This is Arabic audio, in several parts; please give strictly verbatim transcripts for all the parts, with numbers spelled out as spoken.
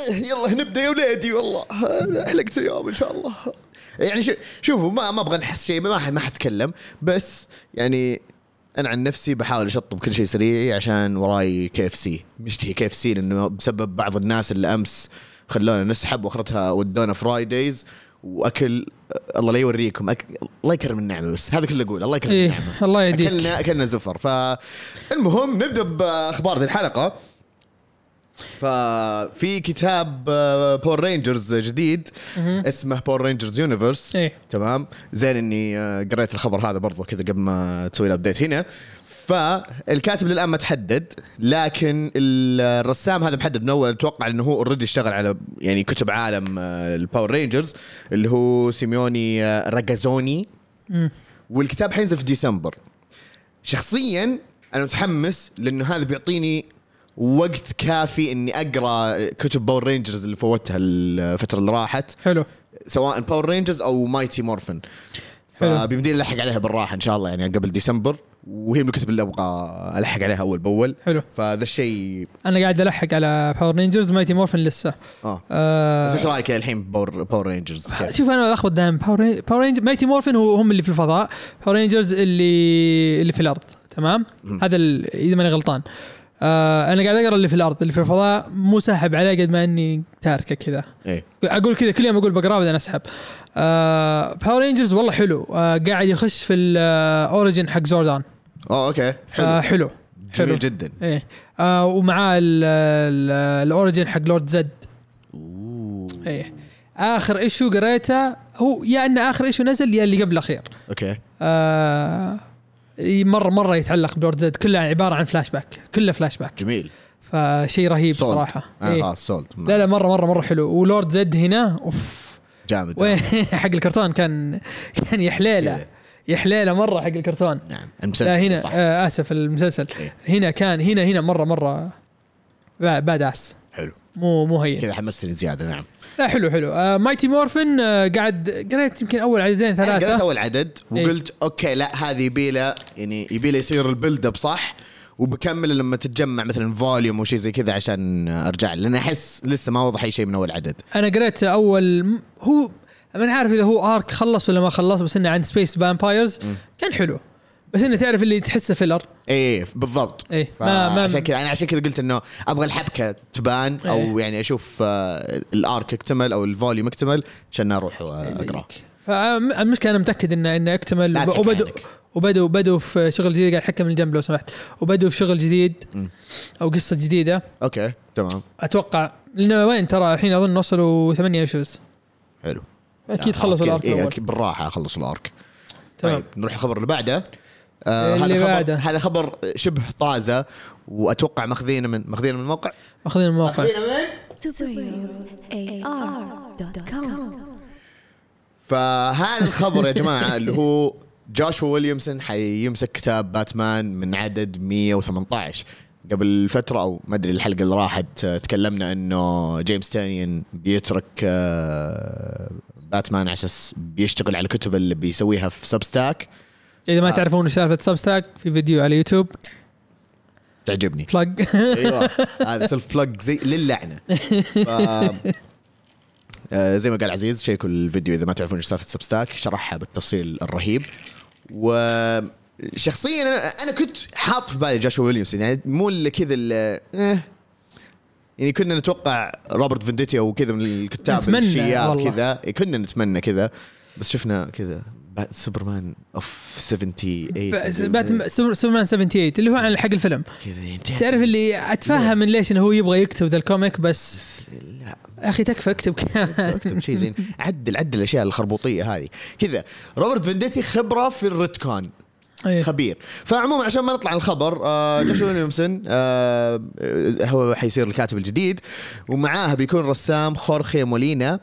يلا نبدا يا ولادي والله حلقت اليوم ان شاء الله. يعني شوفوا ما ما ابغى نحس شيء ما ما حتكلم بس يعني انا عن نفسي بحاول اشطب كل شيء سريع عشان وراي كي اف سي مشتهي كي اف سي لانه بسبب بعض الناس اللي امس خلونا نسحب واخرتها ودونا فرايدايز واكل الله لا يوريكم أك... الله يكرم النعمه بس هذا كله اقول الله يكرم إيه النعمه الله يهديك اكلنا اكلنا زفر. فالمهم نبدا باخبار الحلقه. ففي كتاب باور رينجرز جديد اسمه باور رينجرز يونيفرس. إيه؟ تمام زين اني قريت الخبر هذا برضو كذا قبل ما تسوي الابديت هنا. فالكاتب للآن ما تحدد لكن الرسام هذا محدد من أول. أتوقع أنه هو اوريدي اشتغل على يعني كتب عالم الباور رينجرز اللي هو سيميوني راغازوني والكتاب حينزل في ديسمبر. شخصيا أنا متحمس لأنه هذا بيعطيني وقت كافي إني أقرأ كتب باور رينجرز اللي فوتها الفترة اللي راحت. حلو سواء باور رينجرز أو مايتي مورفن فبيمديني ألحق عليها بالراحة إن شاء الله يعني قبل ديسمبر. وهي من الكتب اللي أبغى ألحق عليها أول بأول. حلو. فهذا الشيء أنا قاعد ألحق على باور رينجرز مايتي مورفن لسه. آه. آه. بس إيش رأيك الحين باور باور رينجرز؟ شوف أنا أخبط دائما باور باور رينجرز مايتي مورفن هو هم اللي في الفضاء. باور رينجرز اللي اللي في الأرض. تمام. م. هذا إذا ماني غلطان. آه أنا قاعد أقرأ اللي في الأرض اللي في الفضاء مو ساحب عليه قد ما إني تاركه كذا. إيه. أقول كذا كل يوم أقول بقرأ بدنا أسحب. آه باور رينجرز والله حلو. آه قاعد يخش في الأوريجين حق زوردان. اه اوكي حلو. آه حلو جميل حلو جدا. ايه آه ومعاه الاوريجين حق لورد زد. اوه ايه اخر ايشو قريته هو يا ان اخر ايشو نزل يا اللي قبل الاخير. اوكي آه مره مره يتعلق بلورد زد كلها عباره عن فلاش باك كله فلاش باك. جميل فشيء رهيب صولد. صراحه. آه إيه. خلاص سولد. لا لا مره مره مره حلو. ولورد زد هنا اوف جامد حق الكرتون كان كان يحليله يحليله مرة حق الكرتون. نعم المسلسل هنا صح. آه آسف المسلسل. إيه؟ هنا كان هنا هنا مرة مرة باداس حلو مو مو هي كذا حمستني زيادة. نعم لا حلو حلو. آه مايتي مورفن آه قاعد قريت يمكن أول عددين ثلاثة. قريت أول عدد وقلت إيه؟ أوكي لا هذه يبيله يعني يبيله يصير البيلد اب صح وبكمل لما تتجمع مثلا فوليوم وشي زي كذا عشان أرجع لأن أحس لسه ما وضح أي شيء من أول عدد. أنا قريت أول هو ما نعرف إذا هو آرك خلص ولا ما خلص بس إنه عن سبيس فامبايرز كان حلو بس إنه تعرف اللي تحسه فيلر. إيه بالضبط. إيه ما ما عشان كذا أنا عشان كذا قلت إنه أبغى الحبكة تبان أو إيه؟ يعني أشوف آه الآرك اكتمل أو الفوليوم اكتمل عشان أروح أقرأ. فالمشكلة أنا متأكد إنه إنه اكتمل وبدأ وبدأوا بدأوا في شغل جديد. قاعد حكم الجنب لو سمحت. وبدأوا في شغل جديد م. أو قصة جديدة. أوكي تمام أتوقع لأنه وين ترى الحين أظن وصلوا ثمانية إيشوز. حلو أكيد خلصوا الأرك إيه أكيد بالراحة خلصوا الأرك. طيب طيب نروح الخبر اللي بعده. آه اللي هذا خبر بعده. هذا خبر شبه طازة وأتوقع مخذينه من مخذينه من الموقع مخذينه من الموقع مخذينه من فهذا الخبر يا جماعة اللي هو جاشوا ويليامسون حيمسك كتاب باتمان من عدد مية وثمانية عشر. قبل فترة أو ما أدري الحلقة اللي راحت تكلمنا إنه جيمس تانيان بيترك باتمان عشان بيشتغل على الكتب اللي بيسويها في سبستاك. إذا ما آه. تعرفون سالفة سبستاك في فيديو على يوتيوب تعجبني بلاج. أيوة هذا سيلف بلاج زي للعنة. ف... آه زي ما قال عزيز شيكوا الفيديو إذا ما تعرفون إيش سالفة سبستاك شرحها بالتفصيل الرهيب. وشخصيا أنا كنت حاط في بالي جاشوا ويليامسون يعني مو اللي كذا اللي اه يعني كنا نتوقع روبرت فينديتي أو كذا من الكتاب الشياء كذا كنا نتمنى كذا بس شفنا كذا سوبرمان اوف سبعة وسبعين باتمان سوبرمان سبعة وسبعين اللي هو عن حق الفيلم كذا تعرف اللي اتفهم من ليش انه هو يبغى يكتب ذا الكوميك بس لا اخي تكفى اكتب اكتب شيء زين عدل عدل الاشياء الخربوطيه هذه كذا. روبرت فينديتي خبره في الريتكون أيه. خبير. فعموما عشان ما نطلع الخبر آه جاشوا ويليامسون آه هو حيصير الكاتب الجديد ومعاه بيكون رسام خورخي مولينا.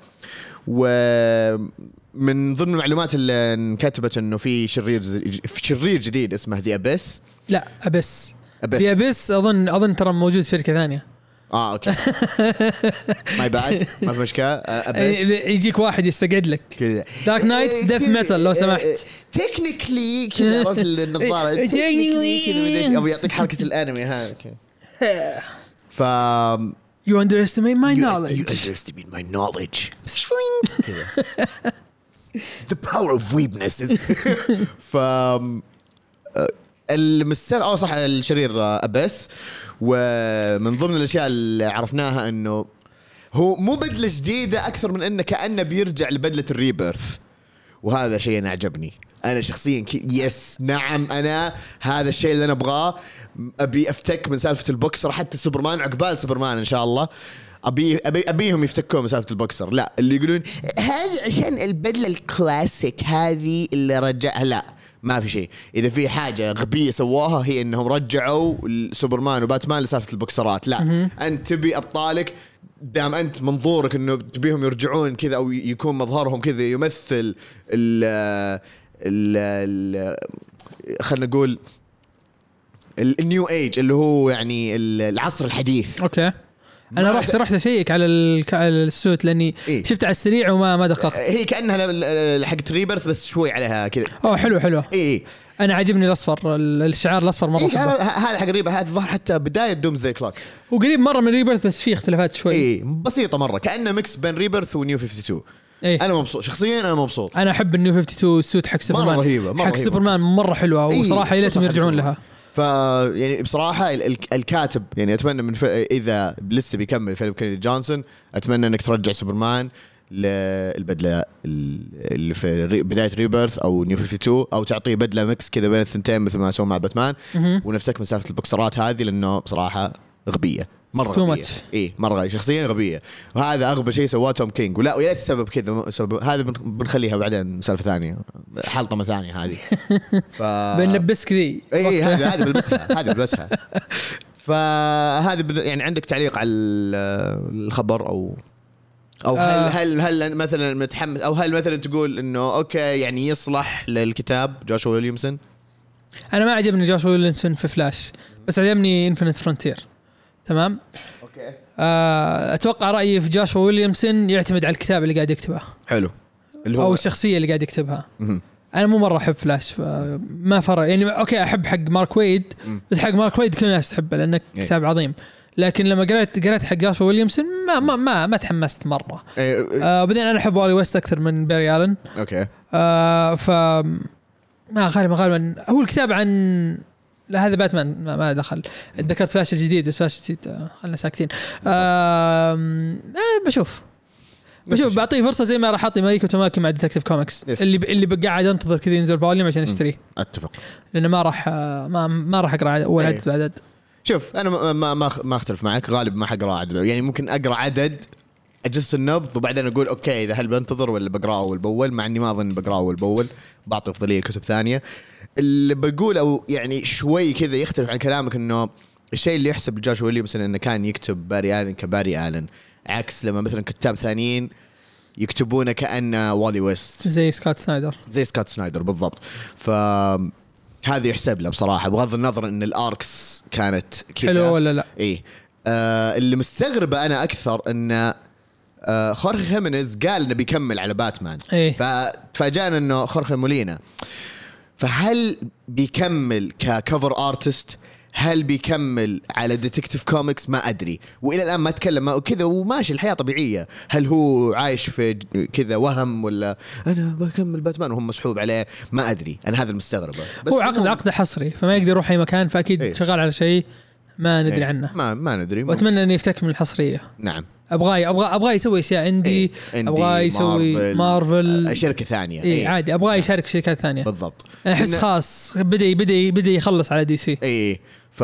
ومن ضمن المعلومات اللي انكتبت انه في شرير في شرير جديد اسمه ذي أبس. لا أبس ذي أبس اظن اظن ترى موجود في شركه ثانيه. اه اوكي ماي باد ما في مشكله. أبس يجيك واحد يستقعد لك كذا دارك نايتس ديث ميتال لو سمحت تكنيكلي كذا عرفت النظاره تكنيكلي كذا ابي يعطيك حركه الانمي هذا ف You underestimate my You, knowledge. you underestimate my knowledge. The power of weakness is ف المستغرب أو صح الشرير أبس. ومن ضمن الأشياء اللي عرفناها إنه هو مو بدلة جديدة أكثر من إنه كأنه بيرجع لبدلة الريبيرث، وهذا شيء أنا عجبني أنا شخصيا. يس نعم، أنا هذا الشيء اللي أنا أبغاه. أبي أفتك من سالفة البوكسر، حتى سوبرمان عقبال سوبرمان إن شاء الله أبي أبي أبيهم يفتكون من سالفة البوكسر. لا اللي يقولون هذا عشان البدلة الكلاسيك هذه اللي رجعها، لا ما في شيء. إذا في حاجة غبية سواها هي إنهم رجعوا سوبرمان وباتمان لسالفة البوكسرات. لا أنت تبي أبطالك دام أنت منظورك إنه تبيهم يرجعون كذا أو يكون مظهرهم كذا يمثل ال ال خلنا نقول النيو ايج اللي هو يعني العصر الحديث. اوكي انا رحت رحت اشيك على السوت لاني إيه؟ شفت على السريع وما ما دققت. هي كانها حقت ريبرث بس شوي عليها كذا. اوه حلو حلو. اي انا عجبني الاصفر، الشعار الاصفر مره. إيه هذا حق ريبرث، هذا ظهر حتى بدايه دوم زي كلوك وقريب مره من ريبرث بس فيه اختلافات شوي. اي بسيطه مره، كانه ميكس بين ريبرث ونيو خمسة وخمسين. إيه؟ انا مبسوط شخصيا، انا مبسوط. انا احب النيو خمسة وخمسين السوت حق سوبرمان مرة رهيبة مرة حق رهيبة. سوبرمان مره حلوه وصراحه إيه؟ لازم يرجعون لها. ف يعني بصراحه الكاتب يعني اتمنى من ف... اذا لسه بيكمل فيلم كيني جونسون اتمنى انك ترجع سوبرمان للبدله اللي في بدايه ريبيرث او نيو خمسة وخمسين، او تعطيه بدله ميكس كذا بين الثنتين مثل ما سووا مع باتمان، ونفتك مسافه البوكسرات هذه لانه بصراحه غبيه مره غبيه. ايه مره غبية. شخصيا غبيه، وهذا اغبى شيء سواه توم كينج. ولا ويا السبب كذا سبب هذا بنخليها بعدين سالفه ثانيه، حلطمه ثانيه هذه. ف بنلبسك ذي. ايه هذا هذا بلبسها هذا بلبسها. فهذا يعني عندك تعليق على الخبر او او هل هل هل مثلا متحمس، او هل مثلا تقول انه اوكي يعني يصلح للكتاب جوشوا ويليامسون؟ انا ما عجبني جوشوا ويليامسون في فلاش، بس عجبني إنفينيت فرونتير. تمام اوكي. اتوقع رايي في جوشوا ويليامسون يعتمد على الكتاب اللي قاعد يكتبه. حلو. اللي هو او الشخصيه اللي قاعد يكتبها. انا مو مره احب فلاش، ما فرق يعني. اوكي احب حق مارك ويد، بس حق مارك ويد كل الناس تحبه لانه كتاب عظيم. لكن لما قرأت قرأت حق جوشوا ويليامسون ما ما ما, ما تحمست مره. آه بعدين انا احب واري ويست اكثر من باري آلن. اوكي. آه ف ما غالبا غالبا هو الكتاب عن لا هذا باتمان ما, ما دخل. ذكرت فلاش الجديد بس فلاش الجديد آه خلنا ساكتين. آه آه بشوف بشوف بعطيه فرصه زي ما راح اعطي مايكو توماكي مع ديتكتيف كوميكس اللي ب... اللي بقعد انتظر كذا ينزل فوليوم عشان اشتريه. اتفق، لانه ما راح ما ما راح اقرا اول عدد بعدد. شوف انا ما ما ما اختلف معك، غالب ما حقرا عدد، يعني ممكن اقرا عدد اجس النبض وبعدين اقول اوكي اذا هل بنتظر ولا بقراه اول باول، مع اني ما اظن بقراه اول باول، بعطي افضليه لكتب ثانيه. اللي بقول او يعني شوي كذا يختلف عن كلامك انه الشيء اللي يحسب جوشوا ويليامسون انه كان يكتب باري آلن كباري آلن، عكس لما مثلا كتاب ثانيين يكتبونه كأنه والي ويست زي سكوت سنايدر زي سكوت سنايدر بالضبط. ف هذه يحسب له بصراحه، بغض النظر ان الاركس كانت كذا حلو ولا لا. ايه آه اللي مستغربه انا اكثر ان آه خورخي خيمينيز قال انه بيكمل على باتمان. إيه؟ فتفاجأنا انه خورخي مولينا، فهل بيكمل ككفر ارتست؟ هل بيكمل على ديتكتيف كوميكس؟ ما أدري، وإلى الآن ما تكلم وكذا وماشي الحياة طبيعية. هل هو عايش في كذا وهم ولا أنا بكمل باتمان وهم مسحوب عليه؟ ما أدري، أنا هذا المستغربة. هو عقد عقد حصري فما يقدر يروح أي مكان، فأكيد ايه؟ شغال على شيء ما ندري ايه؟ عنه ما ما ندري. وأتمنى أن يفتك من الحصرية. نعم. أبغى أبغى أبغى يسوي أشياء عندي، ايه؟ أبغى يسوي مارفل, مارفل شركة ثانية. إيه, ايه عادي، أبغى يشارك في شركات ثانية بالضبط. أحس خاص بدي بدي بدي يخلص على دي سي. إيه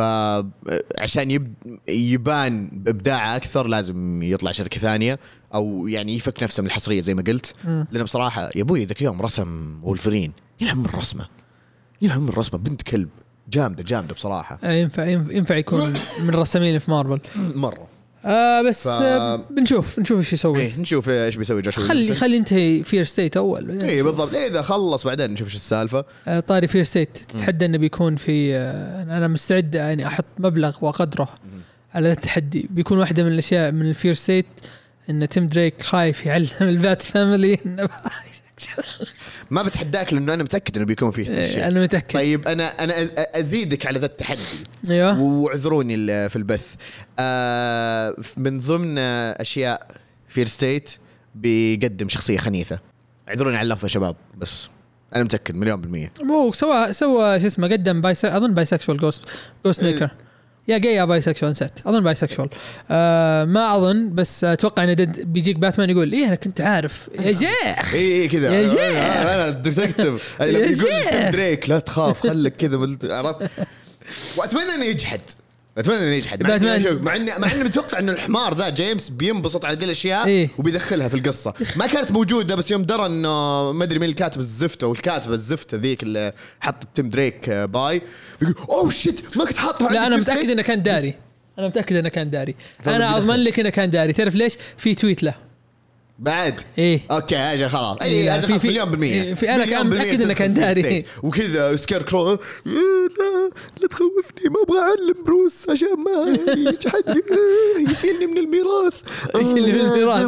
فعشان يب... يبان بإبداعه أكثر لازم يطلع شركة ثانية أو يعني يفك نفسه من الحصرية زي ما قلت. م. لأن بصراحة يا أبوي ذاك يوم رسم وولفرين يلعب من الرسمة يلعب من الرسمة بنت كلب جامدة جامدة بصراحة. ينفع ينفع يكون من الرسامين في مارفل مرة. آه بس ف... آه بنشوف نشوف ايش يسوي. إيه نشوف ايش بيسوي جوشوا. خلي خلي انتهي فير ستيت اول. ايه بالضبط، إيه اذا خلص بعدين نشوف ايش السالفه. آه طاري فير ستيت تتحدى انه بيكون في آه انا مستعد يعني احط مبلغ واقدره على التحدي. بيكون واحده من الاشياء من الفير ستيت ان تيم دريك خايف يعلم البات فاميلي ما بتحداك لانه انا متاكد انه بيكون فيه إيه انا متاكد. طيب انا انا ازيدك على ذا التحدي. ايوه واعذروني في البث. آه من ضمن اشياء فير ستيت بيقدم شخصيه خنيثه. اعذروني على اللفظ يا شباب بس انا متاكد مليون بالمية. مو سوى سوى شو اسمه قدم باي اظن بايسكشوال جوست جوست ميكر يا جاي يا بايسكشوال نسيت اظن بايسكشوال آه ما اظن بس اتوقع ان بيجيك باتمان يقول ايه انا كنت عارف يا شيخ اي كذا يا شيخ انا ديتكتيف يقول دريك لا تخاف خليك كذا عرفت. واتمنى انه يجحد اتمنى انه يجحد مع اني مع اني مع اني متوقع انه الحمار ذا جيمس بينبسط على ذي الاشياء إيه؟ وبيدخلها في القصه. ما كانت موجوده بس يوم درى انه ما ادري مين الكاتب الزفته والكاتبه الزفته ذيك اللي حط تيم دريك باي بيقول اوه شيت ما كنت حاطها. لا انا متاكد انه كان داري انا متاكد انه كان داري انا اضمن لك انه كان داري. تعرف ليش؟ في تويت له بعد ايه اوكي اجا خلاص اي إيه اجا خلاص مليون بالمية. في انا كان متاكد انه كان داري وكذا سكير كرو لا لا تخوفني ما ابغى اعلم بروس عشان ما يجحدني يشيلني من الميراث يشيلني من الميراث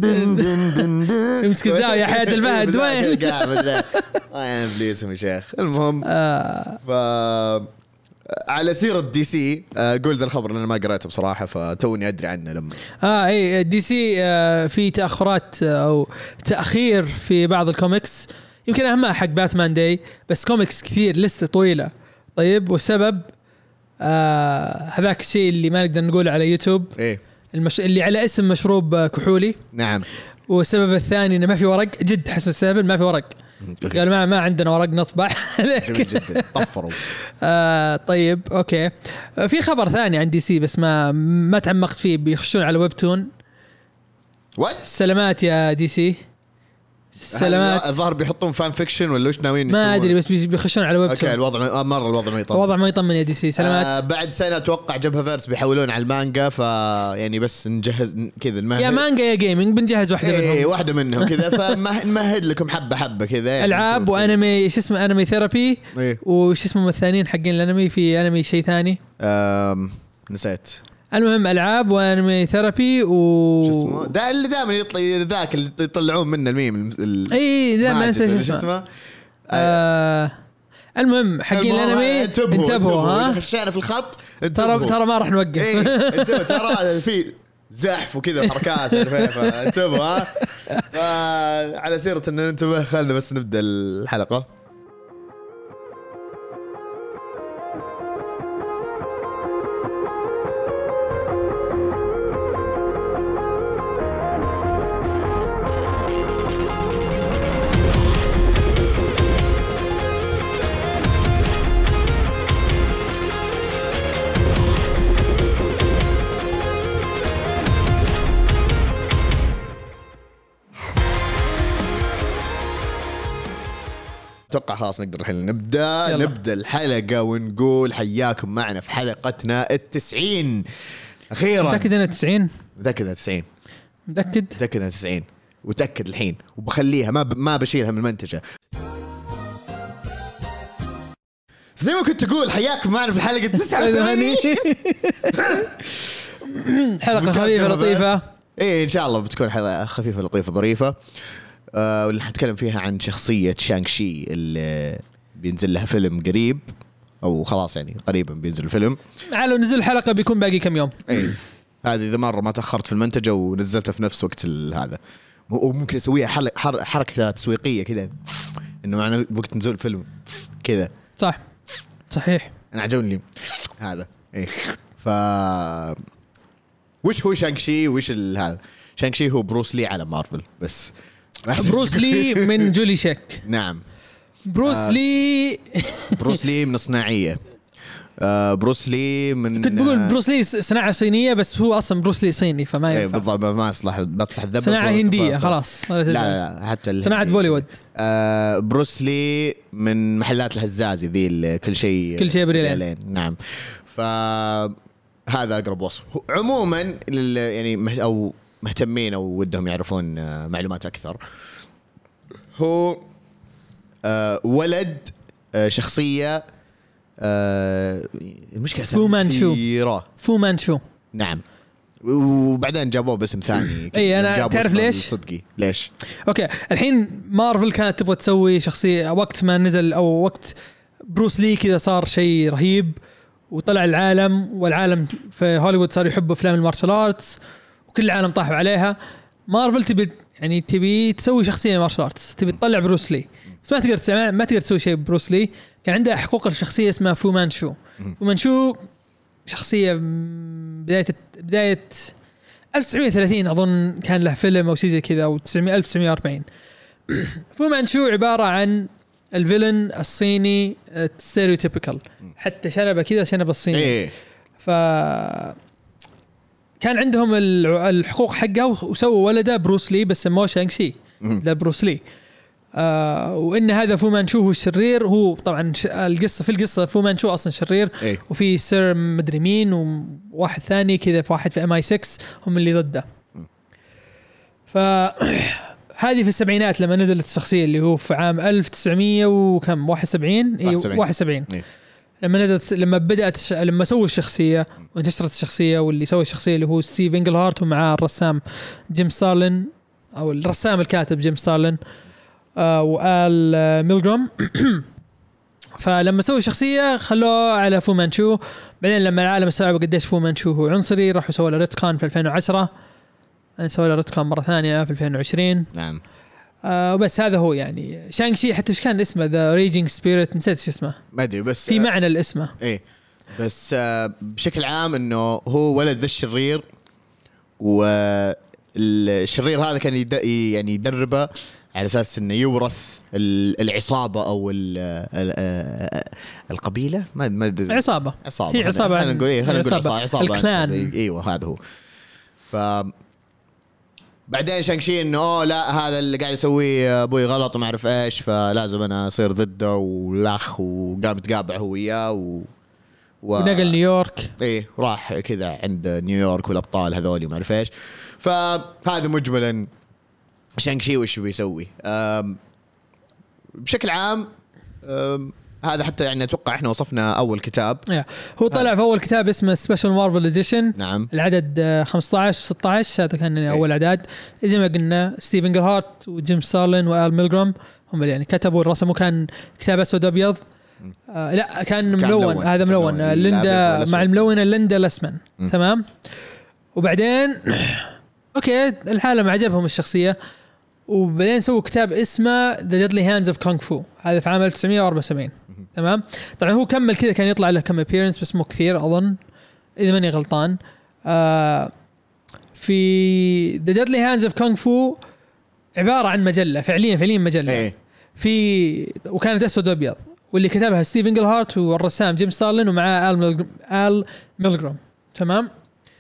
يمسك الزاويه حياه الفهد وين قاعد انا ابليس يا شيخ. المهم ف على سيرة دي سي قول ذا الخبر لأن ما قرأته بصراحة فتوني أدري عنه لما آه إيه دي سي آه في تأخرات أو تأخير في بعض الكوميكس يمكن أهمها حق باتمان داي بس كوميكس كثير لسه طويلة. طيب والسبب آه هذاك الشيء اللي ما نقدر نقوله على يوتيوب إيه المش... اللي على اسم مشروب كحولي. نعم. والسبب الثاني إنه ما في ورق جد حسب السبب ما في ورق قال ما ما عندنا ورق نطبع. جميل جدا طفروا. آه طيب اوكي في خبر ثاني عن دي سي بس ما ما تعمقت فيه. بيخشون على ويب تون. وات سلامات يا دي سي سلامات. الظاهر بيحطون فان فيكشن ولا وش ناويين ما ادري بس بيخشون على ويب تون. اوكي الوضع مره الوضع ما يطمن الوضع ما يطمن يا دي سي. سلامات. آه بعد سنه اتوقع جبهه فيرس بيحولون على المانجا ف يعني بس نجهز كذا المهد. يا مانجا يا جيمنج بنجهز واحده ايه منهم. ايه واحده منهم كذا فنمهد لكم حبه حبه كذا يعني العاب وانمي ايش اسمه انمي ثيرابي إيه؟ وش اسمه الثانيين حقين الانمي في انمي شيء ثاني آم نسيت. المهم العاب وانمي ثيرابي و شو اسمه ده اللي دائما يطلع ذاك اللي يطلعون منه الميم ال... اي دائما انسى شو اسمه آه المهم حقين الانمي انتبهوا, انتبهوا ها خشينا في الخط ترى ترى ما راح نوقف. ايه انتبهوا ترى في زحف وكذا حركات انتبهوا ها. على سيرة ان ننتبه خلنا بس نبدا الحلقه. اتوقع خلاص نقدر الحين نبدا يلا. نبدا الحلقه ونقول حياكم معنا في حلقتنا التسعين اخيرا. متاكد انها تسعين؟ متاكد انها تسعين متاكد متاكد انها تسعين وتاكد الحين وبخليها ما ب... ما بشيلها من المنتجه. زي ما كنت تقول حياكم معنا في الحلقه تسعة وثمانين. حلقه خفيفه لطيفه. ايه ان شاء الله بتكون حلقه خفيفه لطيفه ظريفه. آه واللي حنتكلم فيها عن شخصية شانغ شي اللي بينزل لها فيلم قريب أو خلاص يعني قريبا بينزل الفيلم. على نزل الحلقة بيكون باقي كم يوم. أي هذه إذا مرة ما تأخرت في المنتجة ونزلتها في نفس وقت هذا وممكن أسويها حركة حركة تسويقية كذا إنه معنا وقت نزول الفيلم كذا. صح صحيح. أنا عجبني هذا. إيه ف وش هو شانغ شي وش هذا؟ شانغ شي هو بروس لي على مارفل بس. بروس لي من جولي شيك. نعم بروس آه لي بروس لي من الصناعية. آه بروس لي من كنت بقول بروس لي صناعة صينية بس هو أصلا بروس لي صيني فما ينفع. ايه بالضبط ما يصلح ما تصلح الذبة. صناعة هندية خلاص. لا لا حتى صناعة بوليوود. آه بروس لي من محلات الهزازي ذي كل شيء كل شيء بريالين. نعم فهذا أقرب وصف. عموما يعني أو مهتمين أو ودهم يعرفون معلومات أكثر. هو آه ولد آه شخصية آه المشكلة فو مانشو. فو مانشو. نعم وبعدين جابوه باسم ثاني. اي انا تعرف ليش صدقي ليش اوكي الحين مارفل كانت تبغى تسوي شخصيه وقت ما نزل او وقت بروس لي كذا صار شيء رهيب وطلع العالم والعالم في هوليوود صار يحب افلام المارشال ارتس وكل العالم طاحوا عليها. مارفل تبي يعني تبي تسوي شخصيه مارشال ارتس تبي تطلع بروس لي بس ما تقدر تسمع ما تقدر تسوي شيء بروس لي. كان عندها حقوق الشخصيه اسمها فو مانشو. فو مانشو شخصيه بدايه بدايه ألف وتسعمية وثلاثين اظن كان له فيلم او شيء زي كذا او ألف وتسعمية وأربعين. فو مانشو عباره عن الفيلن الصيني ستيريوتيبيكال حتى شنبه كذا شنبه الصيني. إيه. ف كان عندهم الحقوق حقها وسووا ولده بروس لي بس سموه شانغ شي لا بروس لي. آه وان هذا فو مانشو هو الشرير. هو طبعا القصه في القصه فو مانشو اصلا شرير. إيه. وفي سير مدري مين وواحد ثاني كذا في واحد في ام اي ستة هم اللي ضده. ف هذه في السبعينات لما نزلت الشخصيه اللي هو في عام ألف وتسعمية وكم واحد وسبعين اي واحد وسبعين. إيه. لما نزلت لما بدأت لما سووا الشخصية وانتشرت الشخصية واللي سوى الشخصية اللي هو ستيف إنجلهارت ومعاه الرسام جيم ستارلين أو الرسام الكاتب جيم ستارلين آه وآل آه ميلغرام. فلما سووا الشخصية خلوه على فو مانشو. بعدين لما العالم استوعب قديش فو مانشو هو عنصري راحوا سووا له ريتكون في ألفين وعشرة. سووا له ريتكون مرة ثانية في ألفين وعشرين. نعم. آه وبس هذا هو يعني شانغ شي. حتى وش كان اسمه ذا ريجينج سبيريت نسيت شو اسمه ما ادري بس في معنى الاسمه. ايه بس آه بشكل عام انه هو ولد ذا الشرير والشرير هذا كان يد... يعني يدربه على اساس انه يورث العصابه او القبيله ما ما عصابه عصابه هي عصابه خلينا نقول ايه خلينا نقول عصابه, عصابة الكلان. ايوه هذا هو. ف بعدين شانغشي انه اوه لا هذا اللي قاعد يسويه ابوي غلط وما اعرف ايش فلازم انا اصير ضده ولاخ وقام يتقابع هو وياه و... و... ونقل نيويورك. ايه راح كذا عند نيويورك والابطال هذول وما اعرف ايش. فهذا مجملا شانغشي وش بيسوي بشكل عام. هذا حتى يعني اتوقع احنا وصفنا اول كتاب. هو طلع في اول كتاب اسمه سبيشال مارفل اديشن. نعم. العدد خمسة عشر ستة عشر هذا كان يعني اول اعداد. زي ما قلنا ستيف إنجلهارت وجيم ستارلين وآل ميلغرام هم اللي يعني كتبوا الرسم. وكان كتاب اسود ابيض. آه لا كان ملون, ملون. هذا ملون, ملون. ليندا مع الملونه ليندا لسمان. تمام. وبعدين اوكي العالم عجبهم الشخصيه وبعدين سووا كتاب اسمه The Deadly Hands of Kung Fu. هذا في عام ألف وتسعمية وأربعة وسبعين. تمام. طبعا هو كمل كذا كان يطلع له كم appearance بس مو كثير أظن إذا ماني غلطان. آه في The Deadly Hands of Kung Fu عبارة عن مجلة فعليا فعليا مجلة. إيه. في وكانت أسود وأبيض واللي كتبها ستيف إنجلهارت والرسام جيم ستارلين ومعاه آل ميلغرام. آل ميلغرام. تمام.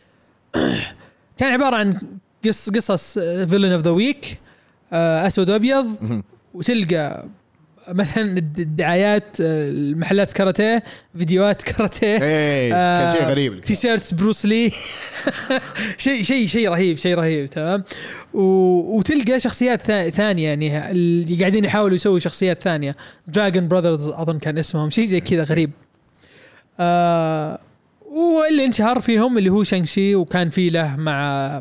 كان عبارة عن قص قصص Villain of the Week أسود وأبيض. وتلقى مثلا الدعايات المحلات كاراتيه فيديوهات كاراتيه. ايه كان شيء غريب. تيشيرتس بروس لي. شيء شيء شيء رهيب شيء رهيب. تمام. وتلقى شخصيات ثانية يعني اللي قاعدين يحاولوا يسوي شخصيات ثانية. دراجون براذرز أظن كان اسمهم شيء زي كذا غريب. آه واللي انشهر فيهم اللي هو شانغ شي وكان فيه له مع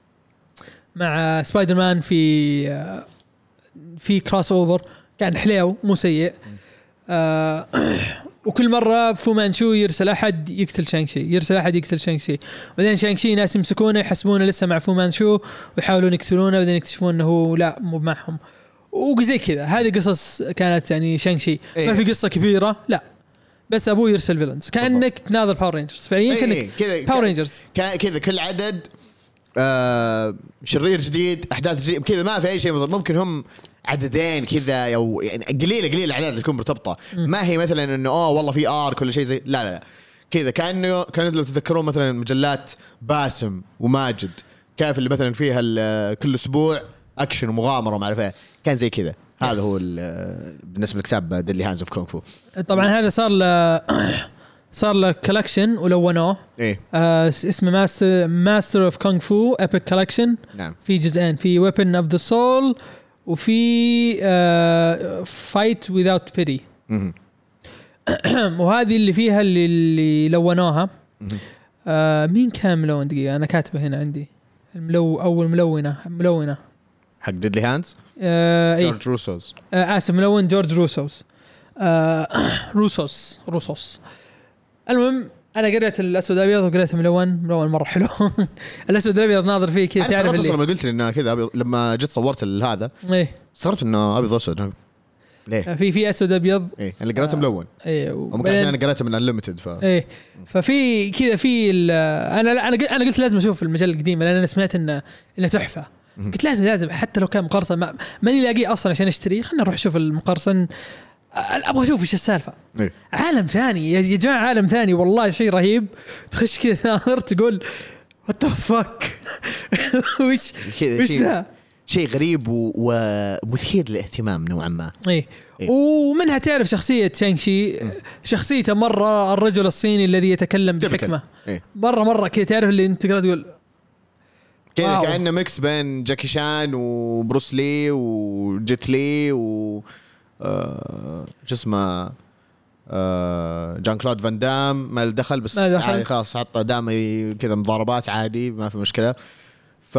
مع سبايدر مان في في كراس اوفر كان حليو مو سيء. آه وكل مرة فو مانشو يرسل أحد يقتل شانغشي يرسل أحد يقتل شانغشي. بعدين شانغشي ناس يمسكونه يحسبونه لسه مع فو مانشو ويحاولون يقتلونه بعدين يكتشفون أنه لا مو معهم وزي كذا. هذه قصص كانت يعني شانغشي إيه. ما في قصة كبيرة لا بس أبوه يرسل فيلنز كأنك تناظر باور رينجرز فعليا كأنك إيه. باور رينجرز كذا كل عدد آه شرير جديد أحداث جديد كذا ما في أي شيء. ممكن هم عددين كذا أو يعني قليلة قليلة الأعداد اللي تكون مرتبطة. ما هي مثلا إنه آه والله في آر كل شيء زي لا لا لا كذا. كأنه كانت لو تذكرون مثلا مجلات باسم وماجد كيف اللي مثلا فيها كل أسبوع أكشن ومغامرة وما أعرف كان زي كذا. هذا هو بالنسبة لكتاب ديدلي هاندز اوف كونغ فو. طبعا هذا صار له صار له كولكشن ولونوه. إيه. آه اسمه ماستر ماستر اوف كونغ فو ايبك كولكشن. نعم. في جزئين في ويبن اوف ذا سول وفي فايت ويذاوت بيتي. وهذه اللي فيها اللي, اللي لونوها. آه مين كان ملون؟ دقيقة أنا كاتبه هنا عندي الملو أول ملونة ملونة حق ديدلي هاندز آه جورج روسوس. آه آسف ملون جورج روسوس آه روسوس روسوس. المهم أنا قرأت الأسود الأبيض وقرأت ملون ملون مرة حلو. الأسود الأبيض ناظر فيه كذا تعرف اللي لما قلت لي إنه كذا أبيض لما جيت صورت هذا إيه صرت إنه أبيض أسود ليه في في أسود أبيض إيه اللي قرأته ملون إيه وممكن عشان أنا قرأته من أنليمتد ف إيه ففي كذا في أنا أنا أنا قلت لازم أشوف المجلة القديمة لأن أنا سمعت إنه إنه تحفة. قلت لازم لازم حتى لو كان مقرصن ما ماني لاقيه أصلا عشان أشتريه خلنا نروح نشوف المقرصن ابغى اشوف ايش السالفه. إيه؟ عالم ثاني يا جماعه عالم ثاني والله شيء رهيب. تخش كذا ثانر تقول وات ذا فك وش وش ذا شيء غريب ومثير للاهتمام نوعا ما. ايه, إيه؟ ومنها تعرف شخصيه شانغ شي شخصيته مره الرجل الصيني الذي يتكلم بحكمه. إيه؟ مره مره كذا تعرف اللي انت تقدر تقول كذا كأنه ميكس بين جاكي شان وبروس لي وجيت لي و آه شو اسمه آه جان كلود فان دام ما دخل بس عادي خلاص حطه دام كذا مضاربات عادي ما في مشكله. ف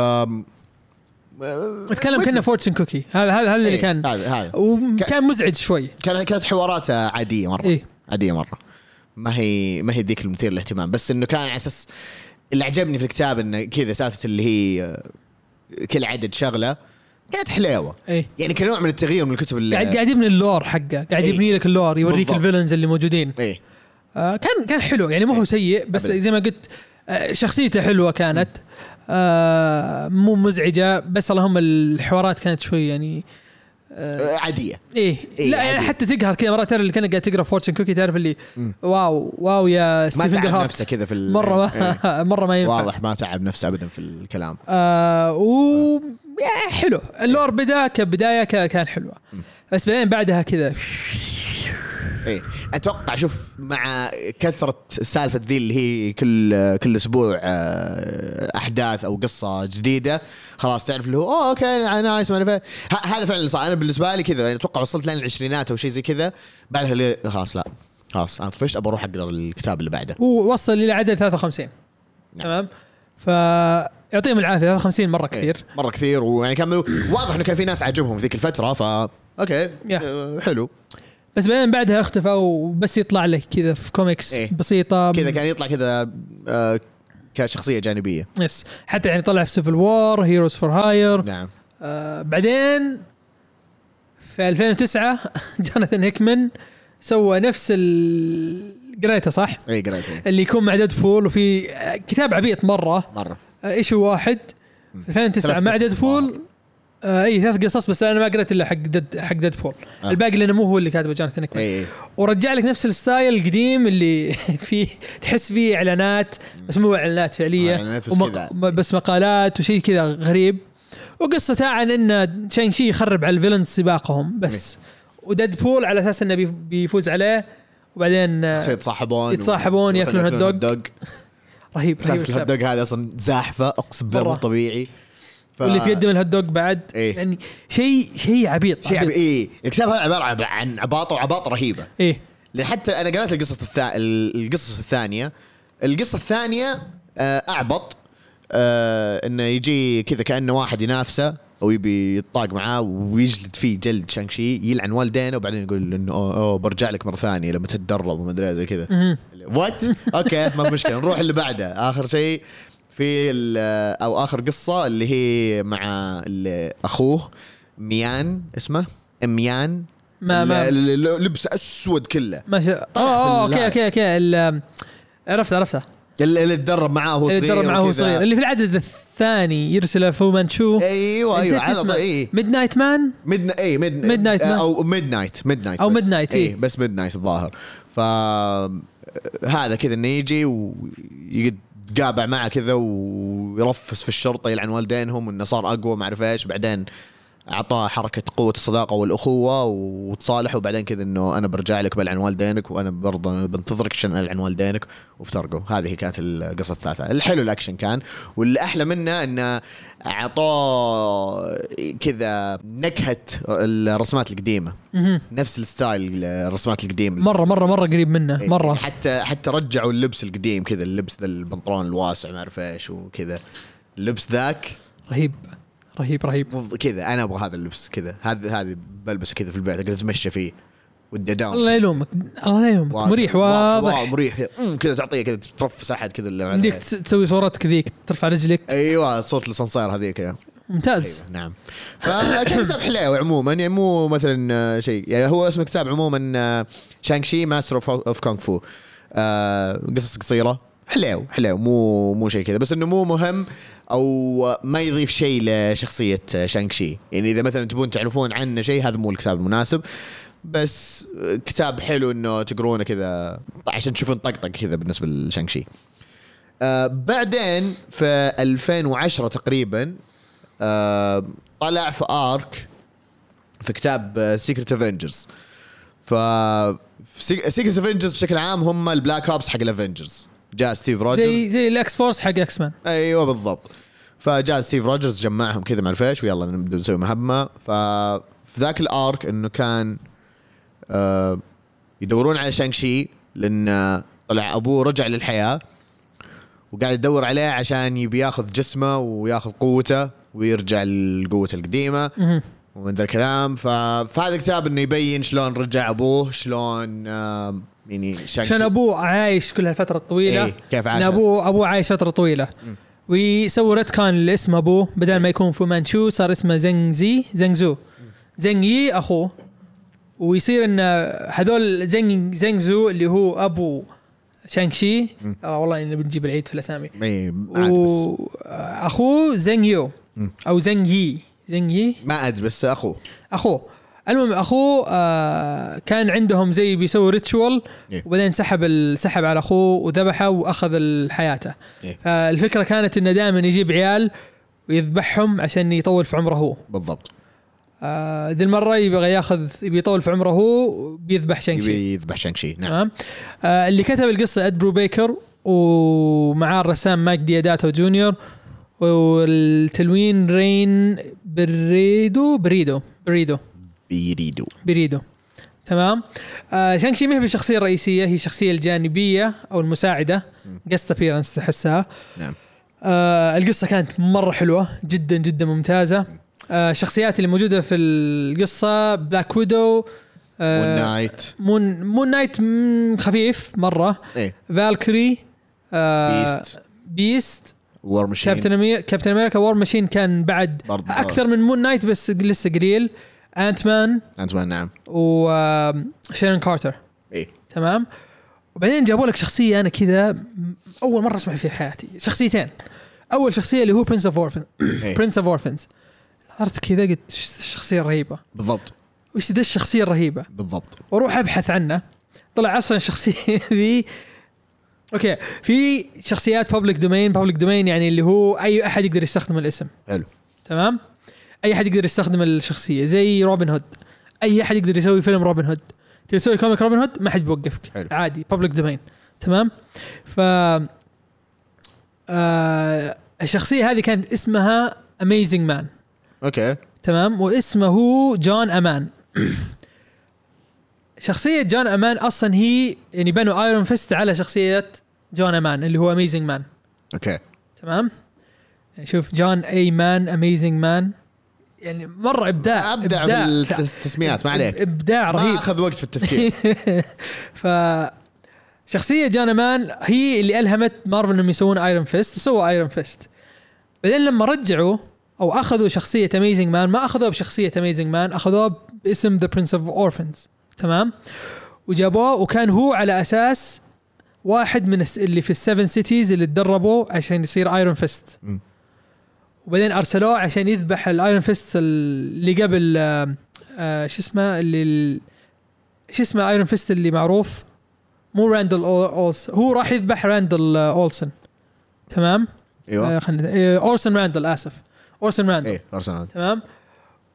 اتكلم كأنه فورتشن كوكي هذا هذا هذا اللي كان هذا هذا وكان مزعج شوي. كان كانت حواراته عاديه مره إيه؟ عاديه مره ما هي ما هي ذيك المثير للاهتمام بس انه كان على اساس اللي عجبني في الكتاب انه كذا سالفه اللي هي كل عدد شغله كانت حلاوه. إيه؟ يعني كنوع من التغيير من الكتب اللي قاعد قاعد يبني اللور حقه قاعد يبني إيه؟ لك اللور يوريك الفيلنز اللي موجودين. إيه؟ آه كان كان حلو يعني مو هو سيء بس أبداً. زي ما قلت آه شخصيته حلوه كانت آه مو مزعجه بس اللهم الحوارات كانت شوي يعني آه عاديه. إيه؟ إيه لا عادية. يعني حتى تقهر كذا مرات ترى اللي كان قاعد تقرا فورتشن كوكي تعرف اللي م. واو واو يا ستيفن جرهارت كذا في مره ما إيه؟ مره ما ينفع واضح ما تعب نفسه ابدا في الكلام. آه و آه. حلو اللور بدا كبدايه كان حلوه بس بعدين بعدها كذا ايه اتوقع شوف مع كثره سالفه ذي اللي هي كل كل اسبوع احداث او قصه جديده خلاص تعرف اللي هو اوه اوكي نايس ما هذا فعلا اللي صار. انا بالنسبه لي كذا يعني اتوقع وصلت لين العشرينات او شيء زي كذا بعدها اللي خلاص لا خلاص انا طفشت ابى اروح اقرا الكتاب اللي بعده. هو وصل الى عدد ثلاثة وخمسين نعم. تمام فيعطيهم العافيه ثلاثة وخمسين مره كثير إيه. مره كثير ويعني كملوا واضح انه كان في ناس عجبهم في ذيك الفتره ف اوكي أه حلو بس بعدين بعدها اختفى وبس يطلع لك كذا في كوميكس إيه؟ بسيطه كذا كان يطلع كذا آه كشخصيه جانبيه يس حتى يعني طلع في سيفل وور هيروز فور هاير نعم. آه بعدين في ألفين وتسعة جوناثان هيكمان سوى نفس القرايته صح اي قرايته اللي يكون مع ديدبول وفي كتاب عبيط مره مره ايش واحد في ألفين وتسعة مع ديدبول آه اي ثلاث قصص بس انا ما قرأت الا حق ديد حق ديدبول آه. الباقي لانه مو هو اللي كاتبه جوناثان هيكمان أي. ورجع لك نفس الستايل القديم اللي فيه تحس فيه اعلانات بس مو اعلانات فعليه ومق... بس مقالات وشيء كذا غريب وقصته عن ان شانغ شي يخرب على الفيلنز سباقهم بس وديدبول على اساس انه بيفوز عليه وبعدين يتصاحبون يتصاحبون ياكلون هوت دوغ رهيب رهيب الهوت دوغ هذا اصلا زاحفه اقسم بالله مو طبيعي ف... واللي تقدم الهوت دوغ بعد إيه؟ يعني شيء شيء عبيط شيء عبيط اي الكتاب هذا عباره عن عباطه وعباطه رهيبه ايه حتى انا قرأت القصه الثا... القصص الثانيه القصه الثانيه اعبط آه انه يجي كذا كأنه واحد ينافسه او يبي يطاق معاه ويجلد فيه جلد شانغ شي يلعن والدينه وبعدين يقول انه اوه, أوه برجع لك مره ثانيه لما تتدرب وما ادري زي كذا وات اوكي ما مشكله نروح اللي بعده. اخر شيء في او اخر قصه اللي هي مع اللي اخوه ميان اسمه ميان ما ما لبس اسود كله ما شاء اه اوكي اوكي اوكي عرفت عرفته اللي تدرب معاه وهو صغير اللي تدرب معاه وهو صغير اللي في العدد الثاني يرسله فو مانشو ايوه ايوه على اي ميد نايت مان ميد اي ميد ميد نايت او ميد نايت ميد نايت او ميد نايت اي بس ميد نايت الظاهر. ف هذا كذا انه يجي ويتقابع معه كذا ويرفس في الشرطه يلعن والدينهم وانه صار اقوى ما اعرف ايش بعدين اعطاه حركه قوه الصداقه والاخوه وتصالحوا، وبعدين كذا انه انا برجع لك بلعن والدينك وانا برضه بنتظرك عشان العن والدينك، وافترقوا. هذه كانت القصه الثالثه. الحلو الاكشن كان، واللي احلى منه انه اعطاه كذا نكهه الرسمات القديمه، نفس الستايل الرسمات القديمه مره مره مره قريب منه مره. حتى حتى رجعوا اللبس القديم كذا، اللبس ذا البنطلون الواسع ما اعرف ايش وكذا، اللبس ذاك رهيب رهيب رهيب كذا. انا ابغى هذا اللبس كذا، هذا هذه بلبسه كذا في البيت اقدر اتمشى فيه ودي اداوم. الله يلومك الله لا يلومك، مريح واضح مريح كذا، تعطيه كذا ترفس احد كذا اللي عندك تسوي صورتك ذيك ترفع رجلك. ايوه صورة الصنصير هذيك كذا ممتاز. أيوة نعم. فكان كتاب حلو عموما، يعني مو مثلا شيء، يعني هو اسم كتاب عموما شانغ شي ماستر اوف كونغ فو، قصص قصيره حلو حلو، مو مو شيء كذا، بس انه مو مهم او ما يضيف شيء لشخصيه شانغ شي. يعني اذا مثلا تبون تعرفون عنه شيء هذا مو الكتاب المناسب، بس كتاب حلو انه تقرونه كذا عشان تشوفون طقطق كذا بالنسبه لشانغ شي. آه بعدين في ألفين وعشرة تقريبا آه طلع في آرك في كتاب سيكريت افنجرز. ف سيكريت افنجرز بشكل عام هم البلاك اوبس حق الافنجرز. جاء ستيف روجرز زي زي الاكس فورس حق اكس مان. ايوه بالضبط. فجاء ستيف روجرز جمعهم كذا ما اعرف ايش، ويلا نبدا نسوي مهمه. ففي ذاك الارك انه كان آه يدورون على شانغ شي، لان طلع ابوه رجع للحياه وقاعد يدور عليه عشان يبي ياخذ جسمه وياخذ قوته ويرجع لقوته القديمه ومن ذا الكلام. فهذا الكتاب انه يبين شلون رجع ابوه، شلون آه يعني عشان ابوه عايش كل هالفتره الطويله. ايه كيف عاش ابوه ابوه عايش فتره طويله م. ويسوي رتكان الاسم ابوه، بدل ما يكون فو مانشو صار اسمه زنغزي زنغزو زنغي اخوه. ويصير ان هذول زنغ زنغزو اللي هو ابو شانغ شي، آه والله انه بنجيب العيد في الاسامي، واخوه زنغيو او زنغي زنغي ما ادري بس اخوه اخوه المهم اخوه آه كان عندهم زي بيسوي ريتشوال، وبعدين سحب السحب على اخوه وذبحه واخذ حياته. فالفكره كانت انه دائما يجيب عيال ويذبحهم عشان يطول في عمره هو. بالضبط. آه ذي المره يبغى ياخذ يبي يطول في عمره هو بيذبح شانغ شي. يبي يذبح شانغ شي نعم. آه اللي كتب القصه اد برو بيكر، ومعاه الرسام مايك دياداتو جونيور، والتلوين رين بريدو بريدو بريدو بريدو بريدو تمام. آه شانغ شي ما هي بالشخصيه الرئيسيه، هي الشخصيه الجانبيه او المساعده، جست ابيرنس تحسها. نعم. آه القصه كانت مره حلوه جدا جدا ممتازه. آه الشخصيات اللي موجوده في القصه بلاك ويدو، آه مون نايت مون مون نايت خفيف مره، إيه؟ فالكري، آه بيست بيست وور ماشين، كابتن أمير كابتن أمريكا وور ماشين كان بعد أكثر من مون نايت بس لسه قليل. أنت مان أنت مان نعم، وشيرين كارتر. إيه تمام. وبعدين جابوا لك شخصية أنا كذا أول مرة أسمع في حياتي، شخصيتين. أول شخصية اللي هو برنس أوف أورفنز برنس أوف أورفنز عرفت كذا قلت الشخصية الرهيبة بالضبط، وش ذا الشخصية الرهيبة بالضبط، وأروح أبحث عنه. طلع أصلا الشخصية ذي اوكي في شخصيات بابليك دومين. بابليك دومين يعني اللي هو اي احد يقدر يستخدم الاسم. حلو تمام. اي احد يقدر يستخدم الشخصيه، زي روبن هود، اي احد يقدر يسوي فيلم روبن هود، تبي تسوي كوميك روبن هود ما حد بيوقفك. حلو. عادي بابليك دومين. تمام. ف آه الشخصيه هذه كانت اسمها اميزنج مان. اوكي تمام. واسمه جون امان. شخصيه جون امان اصلا هي يعني بنوا ايرون فيست على شخصيه جون امان اللي هو اميزنج مان. اوكي تمام. يعني شوف جون اي مان اميزنج مان، يعني مره ابداع ابدع في التسميات ما عليك، ابداع رهيب، ما اخذ وقت في التفكير. ف شخصيه جون مان هي اللي الهمت مارفل انهم يسوون ايرون فيست، وسووا ايرون فيست. بعدين لما رجعوا او اخذوا شخصيه اميزنج مان ما اخذوها بشخصيه اميزنج مان، اخذوها باسم ذا برنس اوف اورفنز. تمام. وجابوه وكان هو على اساس واحد من اللي في السفن سيتيز اللي تدربوا عشان يصير ايرون فيست. م. وبعدين ارسلوه عشان يذبح الايرون فيست اللي قبل آه آه شو اسمه اللي شو اسمه ايرون فيست اللي معروف، مو راندل اولس، هو راح يذبح راندل اولسن. تمام. ايوه آه خلينا آه اورسن راندل اسف اورسن راندل. ايه اورسن راندل. تمام.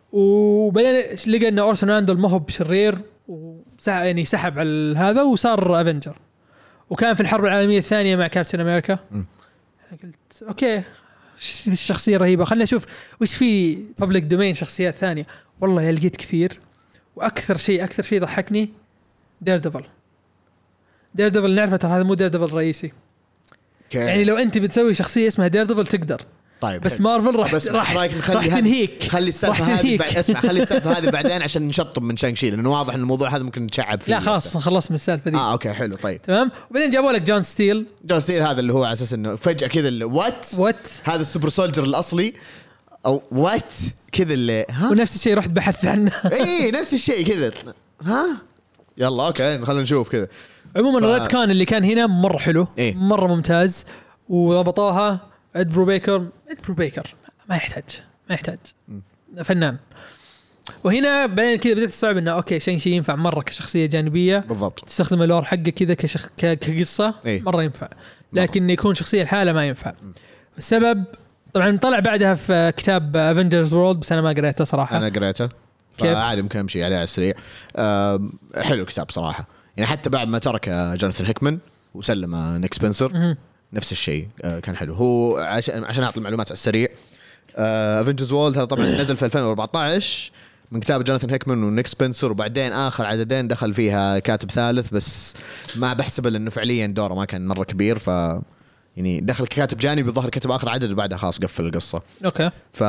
وبعدين لقى ان اورسون راندل ما هو بشرير وسحب يعني سحب على هذا وصار افنجر وكان في الحرب العالميه الثانيه مع كابتن امريكا. قلت اوكي الشخصيه رهيبه خلينا نشوف وش في بابليك دومين شخصيات ثانيه. والله لقيت كثير واكثر شيء اكثر شيء ضحكني دير ديفل. دير ديفل نعرفه ترى هذا مو دير ديفل رئيسي كي. يعني لو انت بتسوي شخصيه اسمها دير ديفل تقدر طيب بس مارفل راح بس راح, راح تنهيك خلي السالفه هذه بعد اسمع خلي السالفه هذه بعدين عشان نشطب من شانغ-شي لانه واضح ان الموضوع هذا ممكن نتشعب فيه. لا خلاص خلص من السالفه دي. اه اوكي حلو طيب تمام. وبعدين جابوا لك جون ستيل. جون ستيل هذا اللي هو على اساس انه فجاه كذا وات وات هذا السوبر سولجر الاصلي او وات كذا اللي ها ونفس الشيء رحت بحثت عنه. اي نفس الشيء كذا ها يلا اوكي خلينا نشوف كذا. عموما الريد ف... كان اللي كان هنا مره حلو إيه؟ مره ممتاز وضبطوها. اد برو بيكر اد برو بيكر ما يحتاج ما يحتاج م. فنان. وهنا بعدين كذا بدأت استوعب انه اوكي شانغ-شي ينفع مره كشخصيه جانبيه بالضبط تستخدم اللور حقه كذا كشخ... ك... كقصه إيه؟ مره ينفع لكن مرة. يكون شخصيه الحاله ما ينفع. م. السبب طبعا طلع بعدها في كتاب افنجرز وورلد بس انا ما قريته صراحه. انا قريته فعادي ممكن امشي عليه على السريع. أه حلو الكتاب صراحه يعني حتى بعد ما ترك جوناثان هيكمان وسلم نيك سبنسر نفس الشيء أه كان حلو. هو عشان عشان اعطي المعلومات على السريع افنجرز وورلد هذا طبعا نزل في ألفين وأربعطعش من كتاب جوناثان هيكمان ونيك سبنسر وبعدين اخر عددين دخل فيها كاتب ثالث بس ما بحسب لانه فعليا دوره ما كان مره كبير ف يعني دخل كاتب جانبي ظهر كتب اخر عدد وبعدها خلاص قفل القصه. اوكي ف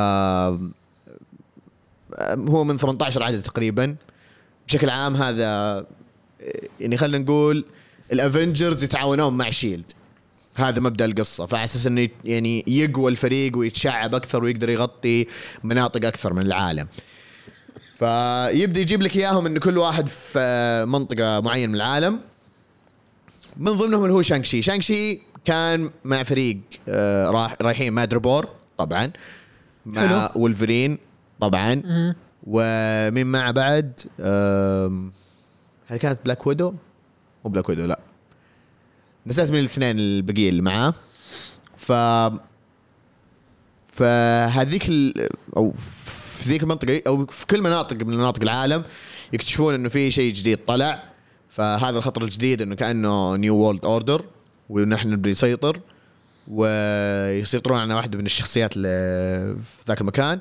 هو من ثمانية عشر عدد تقريبا بشكل عام. هذا يعني خلينا نقول الافنجرز يتعاونون مع شيلد هذا مبدأ القصة فأساس انه يعني يقوى الفريق ويتشعب اكثر ويقدر يغطي مناطق اكثر من العالم. فيبدأ يجيب لك اياهم ان كل واحد في منطقة معينة من العالم من ضمنهم اللي هو شانغ-شي. شانغ-شي كان مع فريق راح رايحين مادربور طبعا مع وولفرين طبعا م- ومن مع بعد هل كانت بلاك ويدو مو بلاك ويدو لا نسيت من الاثنين البقية اللي معاه. ف فهذيك ال... او في ذيك المنطقة او في كل مناطق من مناطق العالم يكتشفون انه في شيء جديد طلع. فهذا الخطر الجديد انه كأنه نيو وورلد اوردر ونحن نبدأ نسيطر ويسيطرون على واحدة من الشخصيات اللي في ذاك المكان.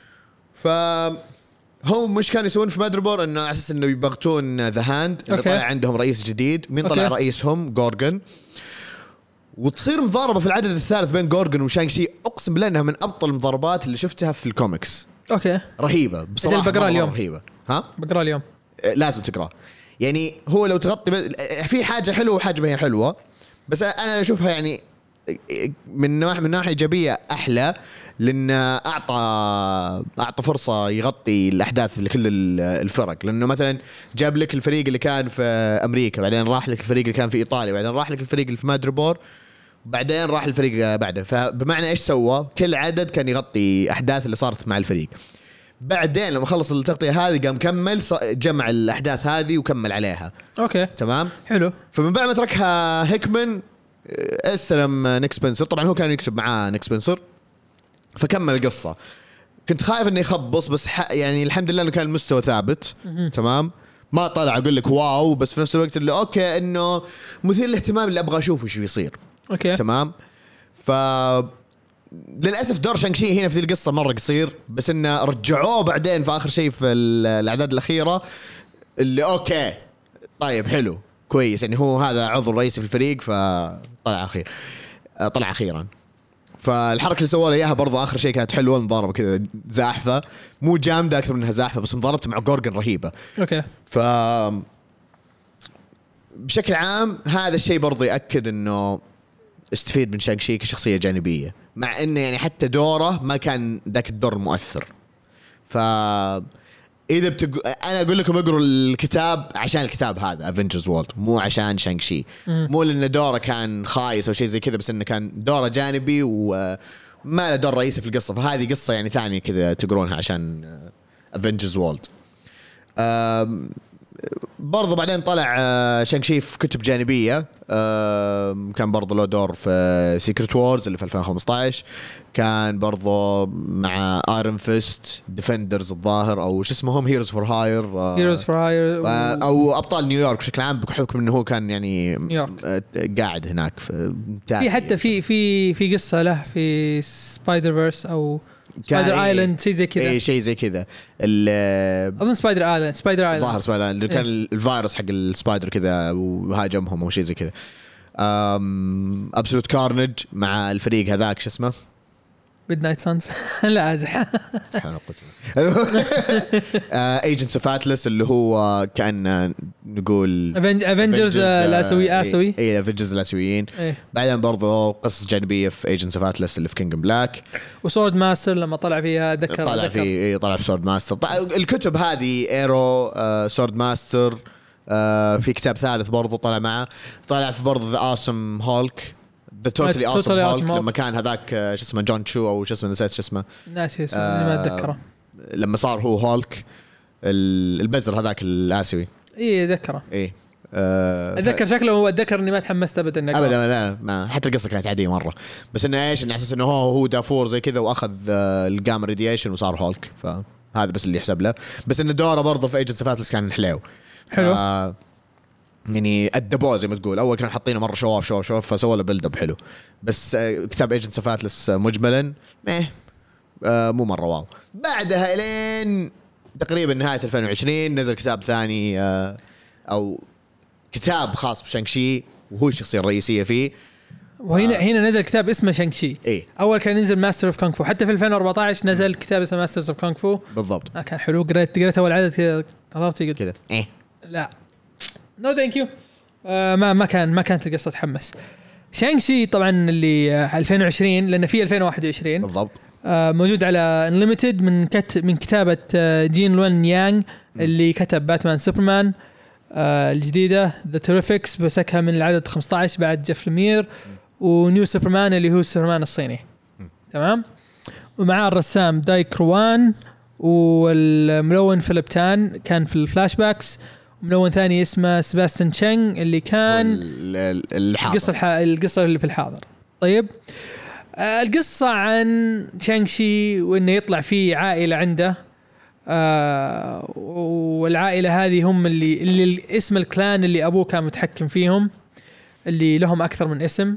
فهم مش كانوا يسوون في مادربور انه على اساس انه يبغتون ذا هاند اللي طلع عندهم رئيس جديد. مين طلع رئيسهم؟ غورغن. وتصير مضاربة في العدد الثالث بين غورغن وشانغ-شي اقسم بالله انها من ابطل المضاربات اللي شفتها في الكوميكس. اوكي رهيبة بصراحة بقرا اليوم رهيبة. ها بقرا اليوم لازم تقرأ يعني. هو لو تغطي ب... في حاجة حلوة وحاجة ما هي حلوة بس انا اشوفها يعني من ناحية من ناحية إيجابية أحلى لأن أعطى أعطى فرصة يغطي الأحداث لكل الفرق. لأنه مثلا جاب لك الفريق اللي كان في أمريكا بعدين راح لك الفريق اللي كان في إيطاليا بعدين راح لك الفريق اللي في مادربور بعدين راح الفريق بعده. فبمعنى إيش سوى كل عدد كان يغطي أحداث اللي صارت مع الفريق. بعدين لما خلص التغطية هذه قام كمل جمع الأحداث هذه وكمل عليها. أوكي تمام حلو. فمن بعد ما تركها هيكمان استلم نيك سبنسر. طبعا هو كان يكسب معاه نيك سبنسر فكمل القصة. كنت خايف انه يخبص بس يعني الحمد لله انه كان المستوى ثابت. تمام ما طلع اقول لك واو بس في نفس الوقت اللي اوكي انه مثير للاهتمام اللي ابغى اشوفه ايش بيصير. اوكي تمام. ف للاسف دور شانغ-شي هنا في ذي القصة مرة قصير بس انه رجعوه بعدين في اخر شيء في الاعداد الاخيرة اللي اوكي طيب حلو كويس يعني هو هذا عضو رئيسي في الفريق فطلع اخير طلع اخيرا. فالحركه اللي سووا اياها برضه اخر شيء كانت حلوه. مضاربه كذا زاحفه مو جامده اكثر منها زاحفه بس مضاربته مع غورغن رهيبه. اوكي ف بشكل عام هذا الشيء برضه ياكد انه استفيد من شانغ-شي كشخصيه جانبيه مع انه يعني حتى دوره ما كان ذاك الدور المؤثر. ف إذا بتق... أنا أقول لكم اقروا الكتاب عشان الكتاب هذا أفنجرز وورلد مو عشان شانغ-شي. مو لأن دوره كان خايس أو شيء زي كذا بس إنه كان دوره جانبي وما له دور رئيسي في القصة. فهذه قصة يعني ثانية كذا تقرونها عشان أفنجرز وورلد. برضو بعدين طلع شانغ-شي في كتب جانبية كان برضو له دور في سيكريت وورز اللي في ألفين وخمسطعش. كان برضو مع ايرون فيست ديفندرز الظاهر او شو اسمهم هيروز فور هاير هيروز فور هاير او ابطال نيويورك بشكل عام بحكم انه هو كان يعني نيويورك. قاعد هناك في في حتى في في في قصه له في سبايدر فيرس او سبايدر ايلاند شيء زي كذا. اي شيء زي كذا. اظن سبايدر ايلاند سبايدر ايلاند ظاهر سبايدر ايلاند كان إيه؟ الفيروس حق السبايدر كذا وهاجمهم او شيء زي كذا. ام ابسولوت كارنج مع الفريق هذاك شو اسمه ميد نايت سانز لا ازح ايجنتس اوف اتلس اللي هو كان نقول افنجرز الاسيوي اسيوي اي افنجرز الاسيويين. بعدين برضو قصص جانبيه في ايجنتس اوف اتلس اللي في كينجدم بلاك. وسورد ماستر لما طلع فيها ذكر طلع في اي طلع في سورد ماستر. الكتب هذه ايرو سورد ماستر. آه في كتاب ثالث برضو طلع معه. طلع في برضو ذا اوسم هولك ذا توتالي اوسم هولك لما كان هذاك شو اسمه جون شو او شو اسمه نسيت شو اسمه ناسي اسمه آه ما اتذكره. لما صار هو هولك البزر هذاك الاسيوي اي ذكره اي أه اتذكر شكله هو اتذكر اني ما تحمست ابدا ابدا لا ما حتى القصه كانت عاديه مره بس انه ايش انه اساس انه هو هو دافور زي كذا واخذ الجاما راديشن وصار هولك فهذا بس اللي يحسب له. بس انه دوره برضه في ايجنتس اوف اتلس كان حلو حلو آه يعني الدبوه زي ما تقول. اول كانوا حاطينه مره شواف شواف شواف فسووا له بيلد اب حلو. بس آه كتاب ايجنتس اوف اتلس مجملا مه آه مو مره واو. بعدها الين تقريبا نهايه ألفين وعشرين نزل كتاب ثاني آه او كتاب خاص بشانكشي وهو الشخصيه الرئيسيه فيه. وهنا آه هنا نزل كتاب اسمه شانكشي. إيه؟ اول كان نزل ماستر اوف كونغ فو. حتى في ألفين وأربعطعش نزل كتاب اسمه ماسترز اوف كونغ فو بالضبط. آه كان حلو. قريت قريت اول عدد كذا نظرت قلت كذا ايه لا نو ثانك يو. ما ما كان ما كانت القصه تحمس. شانكشي طبعا اللي ألفين وعشرين لان في ألفين وواحد وعشرين بالضبط آه موجود على انليمتد من كت من كتابه آه جين لون يانغ اللي كتب باتمان سوبرمان آه الجديده ذا تيرفيكس بسكها من العدد خمسطعش بعد جيف لمير ونيو سوبرمان اللي هو سوبرمان الصيني. تمام. ومعاه الرسام دايك روان والملون فيليبتان كان في الفلاش باكس. وملون ثاني اسمه سباستن تشينغ اللي كان القصة الح... القصة اللي في الحاضر. طيب آه القصة عن شانكشي وإنه يطلع فيه عائلة عنده آه والعائلة هذه هم اللي, اللي اسم الكلان اللي أبوه كان متحكم فيهم اللي لهم أكثر من اسم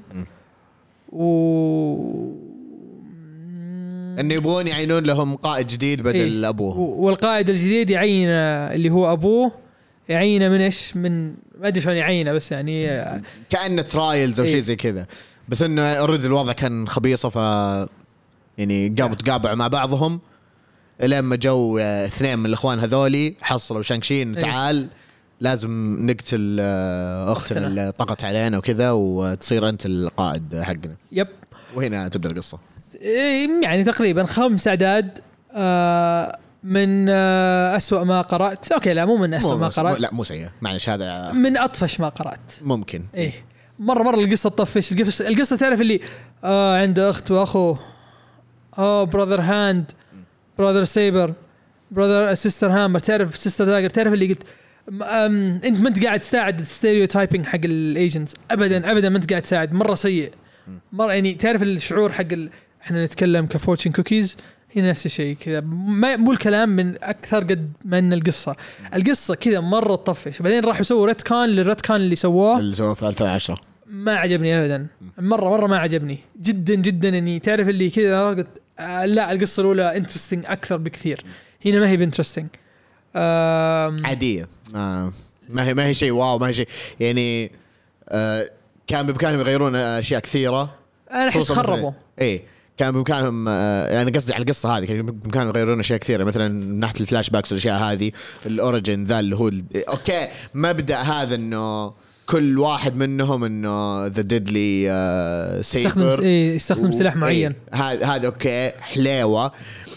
و إنه يبغون يعينون لهم قائد جديد بدل إيه؟ أبوه. والقائد الجديد يعين اللي هو أبوه يعينه من إيش من ما أدري شلون يعينه بس يعني كأنه ترايلز أو إيه؟ شيء زي كذا. بس إنه أوريدي الوضع كان خبيصة ف يعني قاموا تقابعوا مع بعضهم لما جو اثنين من الإخوان هذولي حصلوا شانكشي إنه تعال لازم نقتل أختنا اللي طقت علينا وكذا وتصير أنت القائد حقنا. يب. وهنا تبدأ القصة. يعني تقريبا خمس أعداد آه من آه أسوأ ما قرأت. أوكي لا مو من أسوأ ما قرأت. لا مو سيء معلش هذا من أطفش ما قرأت. ممكن. إيه مرة مرة القصة تطفش. القصة القصة تعرف اللي آه عنده أخت وأخوه آه براذر هاند براذر سيبر براذر سيستر هامر تعرف سيستر داجر تعرف اللي قلت انت ما انت قاعد تساعد الستيريوتايبنج حق الايجنتس ابدا ابدا ما انت قاعد تساعد مره سيء مره يعني تعرف الشعور حق ال... احنا نتكلم كفورتشن كوكيز هنا نفس الشيء كذا مو الكلام من اكثر قد ما ان القصه القصه كذا مره تطفش. بعدين راح يسووا ريتكان للريتكان اللي سووه اللي سووه في ألفين وعشرة ما عجبني ابدا مره مره ما عجبني جدا جدا اني تعرف اللي كذا قلت آه لا القصه الاولى انترستينج اكثر بكثير. هنا ما هي انترستينج عادية آه ما هي ما هي شيء واو ما هي شيء يعني آه كان بإمكانهم يغيرون أشياء كثيرة. أنا أحس خربوا إيه كان بإمكانهم آه يعني قصدي على القصة هذه كان بإمكانهم يغيرون أشياء كثيرة مثلا من ناحية الفلاش باكس والأشياء هذه الأوريجين ذا اللي هو أوكي مبدأ هذا إنه كل واحد منهم إنه ذا ديدلي يستخدم إيه يستخدم سلاح معين هذا هذا أوكي حلاوة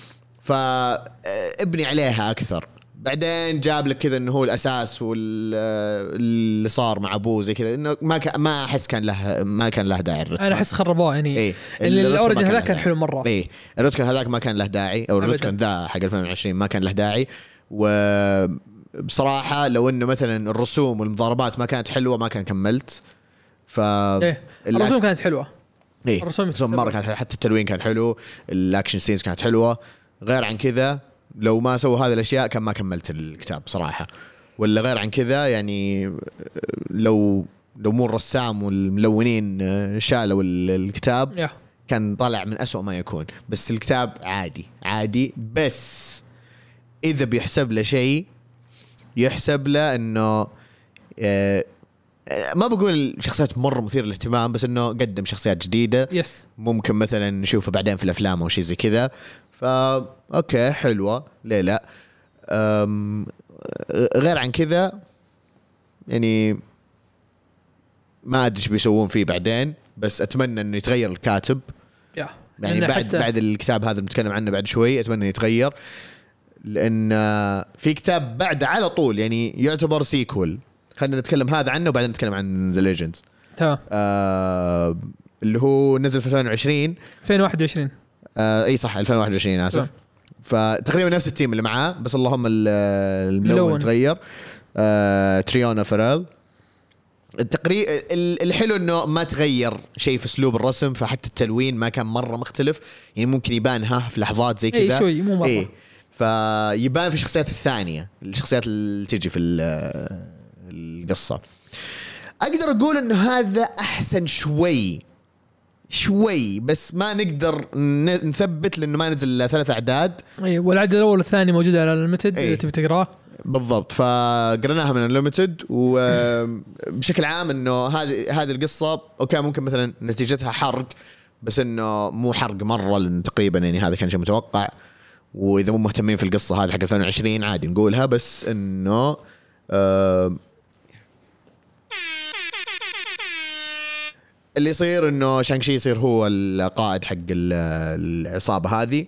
فابني عليها أكثر. بعدين جاب لك كذا انه هو الاساس واللي صار مع ابوه زي كذا انه ما ك... ما احس كان له ما كان له داعي الرتكن. انا احس خربوه يعني إيه؟ الاوريجن هذاك كان حلو مره. اي الرتكن هذاك ما كان له داعي او الرتكن ذا حق ألفين وعشرين ما كان له داعي. وبصراحه لو انه مثلا الرسوم والمضاربات ما كانت حلوه ما كان كملت. ف إيه. الرسوم كانت حلوه. إيه. الرسوم مره كانت، حتى التلوين كان حلو، الاكشن سينز كانت حلوه. غير عن كذا لو ما سووا هذه الاشياء كان ما كملت الكتاب صراحه. ولا غير عن كذا يعني لو لو مو الرسام والملونين شالوا الكتاب yeah. كان طالع من أسوأ ما يكون. بس الكتاب عادي عادي، بس إذا بيحسب له شيء يحسب له إنه آه ما بقول شخصيات مرة مثيرة للاهتمام، بس إنه قدم شخصيات جديدة yes. ممكن مثلا نشوفه بعدين في الأفلام أو شيء زي كذا. فا أوكي حلوة، ليه لا. غير عن كذا يعني ما أدري إيش بيسوون فيه بعدين، بس أتمنى إنه يتغير الكاتب. yeah. يعني بعد بعد الكتاب هذا بنتكلم عنه بعد شوي، أتمنى إنه يتغير، لأن في كتاب بعد على طول يعني يعتبر سيكول. خلينا نتكلم هذا عنه وبعدين نتكلم عن The Legends. تمام. آه اللي هو نزل في ألفين وعشرين ألفين وواحد وعشرين آه اي صح ألفين وواحد وعشرين اسف. فتقريبا نفس التيم اللي معاه، بس اللهم الملون تغير. آه تريونا فريل التقريب. الحلو انه ما تغير شيء في اسلوب الرسم، فحتى التلوين ما كان مره مختلف، يعني ممكن يبان ها في لحظات زي كذا اي شوي مو مره إيه. فيبان في الشخصيات الثانيه، الشخصيات اللي تجي في القصه. اقدر اقول انه هذا احسن شوي شوي، بس ما نقدر نثبت لانه ما نزل ثلاث اعداد. اي والعدد الاول والثاني موجود على الليمتد اذا تبي تقراه. بالضبط، فقرناها من الليمتد. وبشكل عام انه هذه هذه القصه اوكي ممكن مثلا نتيجتها حرق، بس انه مو حرق مره لانه تقريبا يعني هذا كان شيء متوقع. واذا مو مهتمين في القصه هذه حق ألفين وعشرين عادي نقولها، بس انه آه اللي يصير انه شانغشي يصير هو القائد حق العصابه هذه،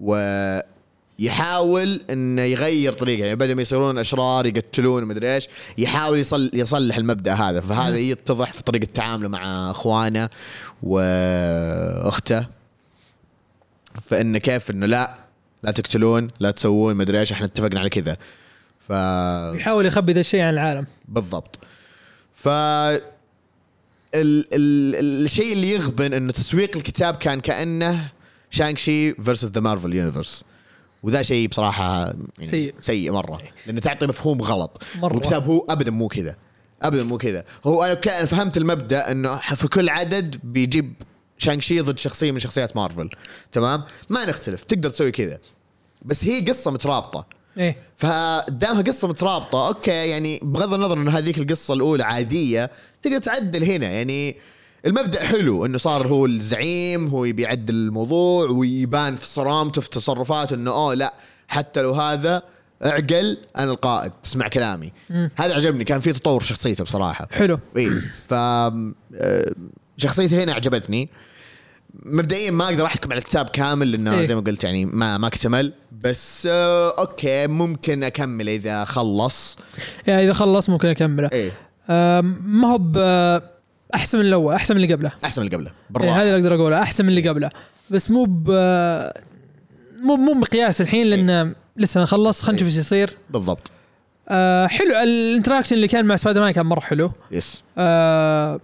ويحاول انه يغير طريقه. يعني بدل ما يصيرون اشرار يقتلون ومدري ايش، يحاول يصل يصلح المبدا هذا. فهذا يتضح في طريقه تعامله مع اخوانه واخته، فانه كيف انه لا لا تقتلون لا تسوون مدري ايش، احنا اتفقنا على كذا. ف يحاول يخبي ذا الشيء عن العالم. بالضبط. ف ال ال الشيء اللي يغبن انه تسويق الكتاب كان كأنه شانغشي versus the Marvel Universe، وذا شيء بصراحة يعني سيء سيء مرة، لأنه تعطي مفهوم غلط. والكتاب هو أبدا مو كذا، أبدا مو كذا. هو أنا كان فهمت المبدأ انه في كل عدد بيجيب شانغشي ضد شخصية من شخصيات مارفل، تمام، ما نختلف، تقدر تسوي كذا، بس هي قصة مترابطة. إيه. فدامها قصة مترابطة أوكي، يعني بغض النظر إنه هذيك القصة الأولى عادية تقدر تعدل هنا. يعني المبدأ حلو إنه صار هو الزعيم، هو يبي يعدل الموضوع ويبان في صرامته في تصرفاته إنه أوه لا حتى لو هذا اعقل أنا القائد تسمع كلامي. م. هذا عجبني، كان في تطور شخصيته بصراحة حلو. إيه. ف شخصيته هنا عجبتني. مبدئيا ما اقدر احكم على الكتاب كامل لانه إيه؟ زي ما قلت يعني ما ما اكتمل، بس آه اوكي ممكن اكمل اذا خلص. يعني اذا خلص ممكن اكمله. إيه؟ آه ما هو احسن من الاول، احسن من اللي قبله، احسن من اللي قبله بالراحه. إيه هذا اللي اقدر اقوله، احسن من اللي قبله، بس مو مو مو مقياس الحين لانه إيه؟ لسه ما خلص. خلينا نشوف ايش يصير بالضبط. آه حلو الانتراكشن اللي كان مع سبايدر مان، كان مره حلو. يس. آه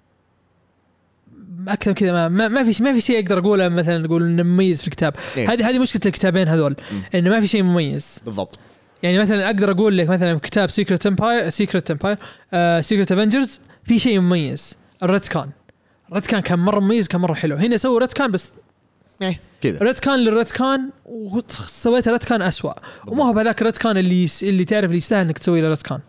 اكثر كذا ما ما في ما في شيء اقدر اقوله مثلا نقول انه مميز في الكتاب. هذه إيه؟ هذه مشكله الكتابين هذول، انه ما في شيء مميز بالضبط. يعني مثلا اقدر اقول لك مثلا كتاب سيكريت امباير سيكريت امباير سيكريت افنجرز في شيء مميز، الريدكان. الريدكان كان مره مميز، كان مره حلو. هنا سووا ريدكان بس ايه كذا، ريدكان للريدكان، وسويت ريدكان اسوأ، وما هو بهذاك الريدكان اللي اللي تعرف اللي يستاهل انك تسوي له ريدكان.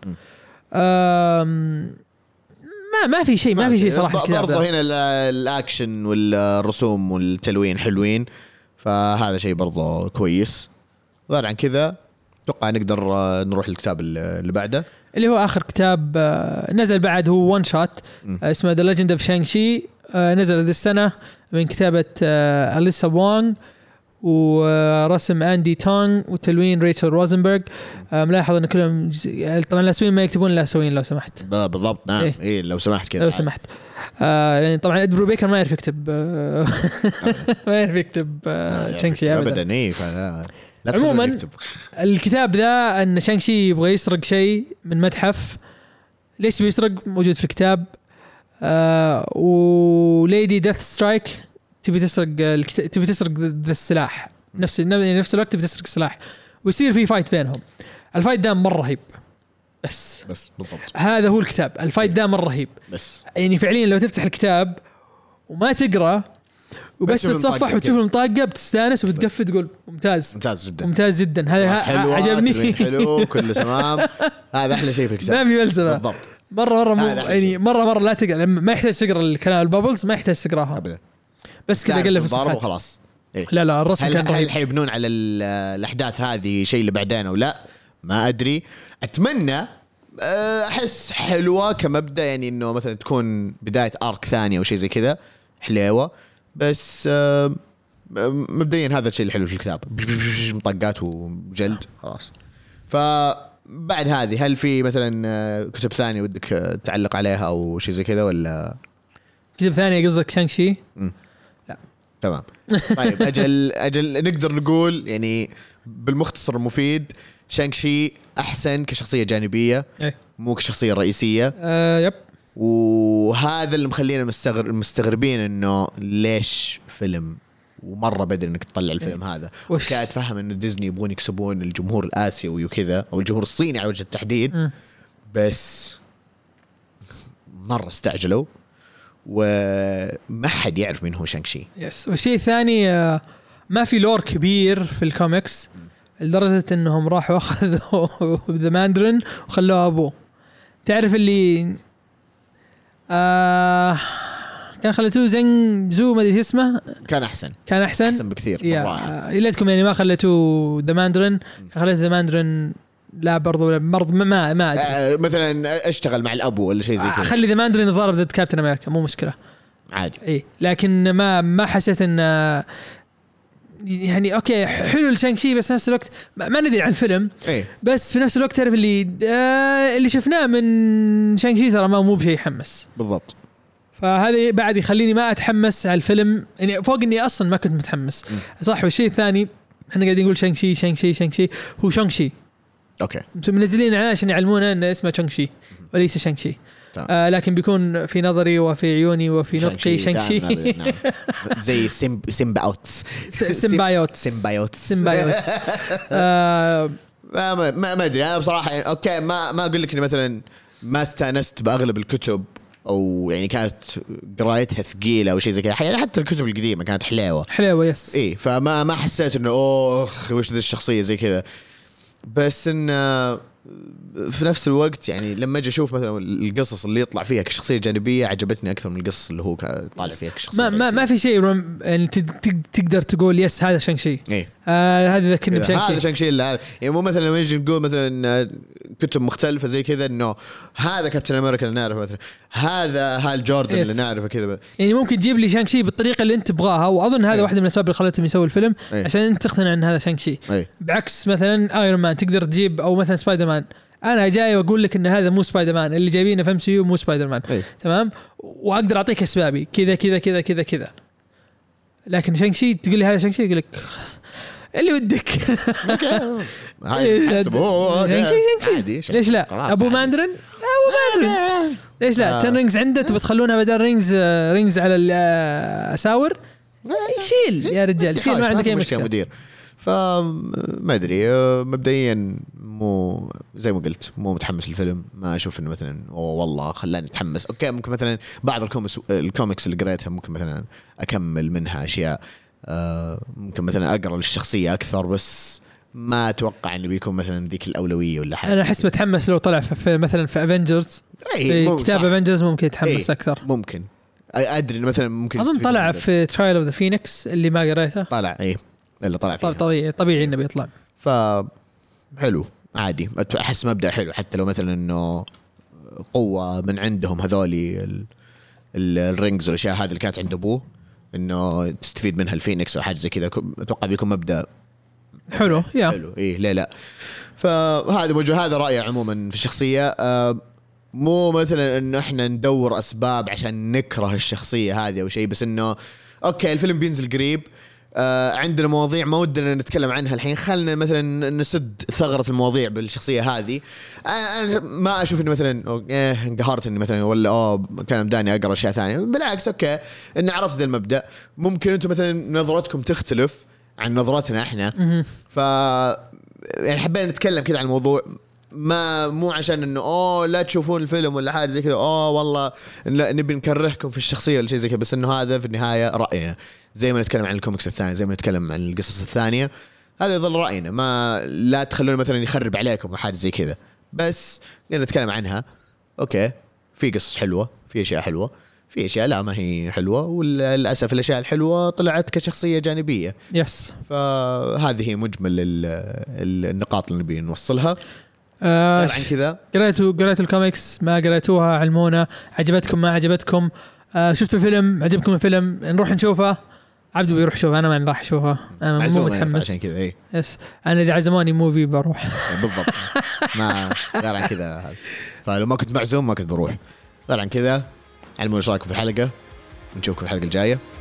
ما ما في شيء ما في شيء صراحه. برضه هنا الاكشن والرسوم والتلوين حلوين، فهذا شيء برضه كويس. غير عن كذا اتوقع نقدر نروح للكتاب اللي بعده، اللي هو اخر كتاب نزل بعد، هو وان شوت اسمه The Legend of Shang-Chi. نزل هذه السنه من كتابه أليسا وونغ، ورسم أندي تونغ، وتلوين ريتشل روزنبرغ. ملاحظ ان كلهم طبعا الاسويين ما يكتبون لا اسويين لو سمحت. بالضبط نعم. إيه, إيه لو سمحت كذا لو سمحت. آه يعني طبعا إد بروبيكر ما يعرف يكتب آه ما يعرف يكتب آه شانغشي ابدا. ايه فلا لا. عموما الكتاب ذا ان شانغشي يبغى يسرق شيء من متحف. ليش بيسرق؟ موجود في الكتاب. آه وليدي ديث سترايك تبي تسرق الكت... تبي تسرق ذا السلاح نفس نفس الوقت تبي تسرق السلاح ويصير في فايت بينهم. الفايت ده مره رهيب بس بس بالضبط هذا هو الكتاب. الفايت ده مره رهيب بس يعني فعليا لو تفتح الكتاب وما تقرا وبس تتصفح وتشوف المطاقه بتستانس وبتقفل تقول ممتاز ممتاز جدا ممتاز جدا. هذا عجبني حلو كله تمام. هذا احلى شيء في الكتاب ما في فلسفه بالضبط. مره مره مو يعني مره مره لا تقرا ما يحتاج تقرا الكلام البابلز ما يحتاج تقراها ابدا بس كذا قلب في الصفحات وخلاص. إيه؟ لا لا الرسم هل كان رهيب. هل حيبنون على الاحداث هذه شيء اللي بعدين او لا ما ادري. اتمنى احس حلوه كمبدا يعني انه مثلا تكون بدايه ارك ثانيه او شيء زي كذا حلوه بس مبدئيا هذا الشيء الحلو في الكتاب مطقات وجلد خلاص. فبعد هذه هل في مثلا كتب ثانيه ودك تعلق عليها او شيء زي كذا ولا كتب ثانيه قصدك شانكشي؟ لا تمام. طيب اجل اجل نقدر نقول يعني بالمختصر المفيد شانكشي احسن كشخصيه جانبيه إيه؟ مو كشخصيه رئيسيه. آه يب. وهذا اللي مخلينا مستغر... مستغربين انه ليش فيلم ومره بدري انك تطلع الفيلم إيه؟ هذا وكاد اتفهم انه ديزني يبغون يكسبون الجمهور الاسيوي وكذا او الجمهور الصيني على وجه التحديد م. بس مره استعجلوا وما حد يعرف مين هو شانكشي. يس. والشيء الثاني ما في لور كبير في الكوميكس لدرجة انهم راحوا اخذوا ذا ماندرين وخلوه ابوه. تعرف اللي آه كان خلتوه زنج زو ما ادري ايش اسمه كان احسن كان احسن احسن بكثير يا ليتكم يعني ما خلتوه ذا ماندرين خليت ذا ماندرين لا برضو مرض ما ما آه مثلا اشتغل مع الابو ولا شيء زي كذا. خلي ذا ماندرين يضارب ضد كابتن امريكا مو مشكله عادي. اي لكن ما ما حسيت ان يعني اوكي حلو الشانكشي بس نفس الوقت ما ندري عن الفيلم إيه؟ بس في نفس الوقت تعرف اللي آه اللي شفناه من شانكشي ترى ما مو بشيء يحمس بالضبط. فهذا بعد يخليني ما اتحمس على الفيلم يعني فوق اني اصلا ما كنت متحمس م. صح. والشيء الثاني احنا قاعدين نقول شانكشي شانكشي شانكشي هو شانكشي اوكي منزلين عليه عشان يعلمونا ان اسمه شانكشي وليس شانكشي آه لكن بيكون في نظري وفي عيوني وفي نطقي شانكشي نعم. زي سيمب سيمباوتس سيمبايوتس سيمبايوتس سيمبايوتس آه ما ما ما ادري انا بصراحه يعني اوكي ما ما اقول لك اني مثلا ما استانست باغلب الكتب او يعني كانت قرايتها ثقيله او شيء زي كذا يعني حتى الكتب القديمه كانت حلوه حلوه يس اي فما ما حسيت انه اوه وش ذي الشخصيه زي كذا. بس انه في نفس الوقت يعني لما اجي اشوف مثلا القصص اللي يطلع فيها كشخصيه جانبيه عجبتني اكثر من القصص اللي هو طالع فيها كشخصيه ما ما, ما في شيء يعني تقدر تقول يس هذا شانكشي ايه آه هذا ذكرني بشانكشي هذا شانكشي اللي يعني مو مثلا لما نجي نقول مثلا كتب مختلفه زي كذا انه هذا كابتن امريكا اللي نعرفه مثلا هذا هال جوردن اللي نعرفه كذا يعني ممكن تجيب لي شانكشي بالطريقه اللي انت تبغاها واظن هذا ايه. واحده من الاسباب اللي خلتهم يسووا الفيلم ايه. عشان انت تقتنع ان هذا شانكشي ايه. بعكس مثلا ايرون مان تقدر تجيب او مثلا سبايدر مان انا جاي واقول لك ان هذا مو سبايدر مان اللي جايبينه في ام سي يو مو سبايدر مان أيه. تمام واقدر اعطيك اسبابي كذا كذا كذا كذا كذا. لكن شانكشي تقول لي هذا شانكشي يقول لك اللي ودك هاي عادي ليش لا ابو ماندرين ابو ماندرين ليش لا تن رينجز عنده تبي تخلونها بدل رينجز رينجز على الاساور يشيل يا رجال شيل ما عندك اي مشكله مدير. فما ادري مبدئيا مو زي ما قلت مو متحمس للفيلم ما اشوف انه مثلا اوه والله خلاني اتحمس. اوكي ممكن مثلا بعض الكوميكس الكوميكس اللي قريتها ممكن مثلا اكمل منها اشياء آه ممكن مثلا اقرا للشخصيه اكثر بس ما اتوقع انه بيكون مثلا ذيك الاولويه ولا حاجه. انا احس بتحمس لو طلع في مثلا في افنجرز كتاب افنجرز ممكن يتحمس اكثر ممكن ادري مثلا ممكن اظن طلع في ترايل اوف ذا فينيكس اللي ما قريته طلع ايه اللي طلع فيه طبيعي طبيعي انه بيطلع ف حلو عادي احس مبدا حلو حتى لو مثلا انه قوه من عندهم هذولي الرينجز والاشياء هذه اللي كانت عند ابوه انه تستفيد منها الفينيكس او حاجه زي كذا اتوقع بيكون مبدا حلو يا حلو ايه لا لا فهذا موجود هذا رايي عموما في الشخصيه آه مو مثلا انه احنا ندور اسباب عشان نكره الشخصيه هذه او شيء بس انه اوكي الفيلم بينزل قريب آه عندنا مواضيع ما ودنا نتكلم عنها الحين، خلنا مثلا نسد ثغرة المواضيع بالشخصية هذه. أنا ما أشوف إنه مثلا إيه انقهرت إني مثلا ولا أوه كان بداني أقرأ أشياء ثانية، بالعكس أوكي إن عرفت ذا المبدأ. ممكن أنتم مثلا نظرتكم تختلف عن نظرتنا إحنا، ف يعني حبينا نتكلم كذا عن الموضوع، ما مو عشان انه اوه لا تشوفون الفيلم ولا حاجه زي كذا، اوه والله نبي نكرهكم في الشخصيه ولا شيء زي كذا، بس انه هذا في النهايه راينا، زي ما نتكلم عن الكوميكس الثانيه، زي ما نتكلم عن القصص الثانيه، هذا يظل راينا. ما لا تخلون مثلا يخرب عليكم حاجه زي كذا، بس نتكلم عنها. اوكي في قصص حلوه، في اشياء حلوه، في اشياء لا ما هي حلوه، وللاسف الاشياء الحلوه طلعت كشخصيه جانبيه. يس فهذه هي مجمل النقاط اللي نبي نوصلها. آه عن كذا قريتوا قريتوا الكوميكس ما قريتوها علمونا، عجبتكم ما عجبتكم، آه شفتوا الفيلم عجبكم الفيلم نروح نشوفه. عبدو بيروح يشوفه، انا ما راح اشوفه، انا مو متحمس عشان كذا. اي يس انا اذا عزموني موفي بروح بالضبط. ما غير عن كذا، فلو ما كنت معزوم ما كنت بروح. غير عن كذا علمونا ايش رايكم في الحلقه، نشوفكم في الحلقه الجايه.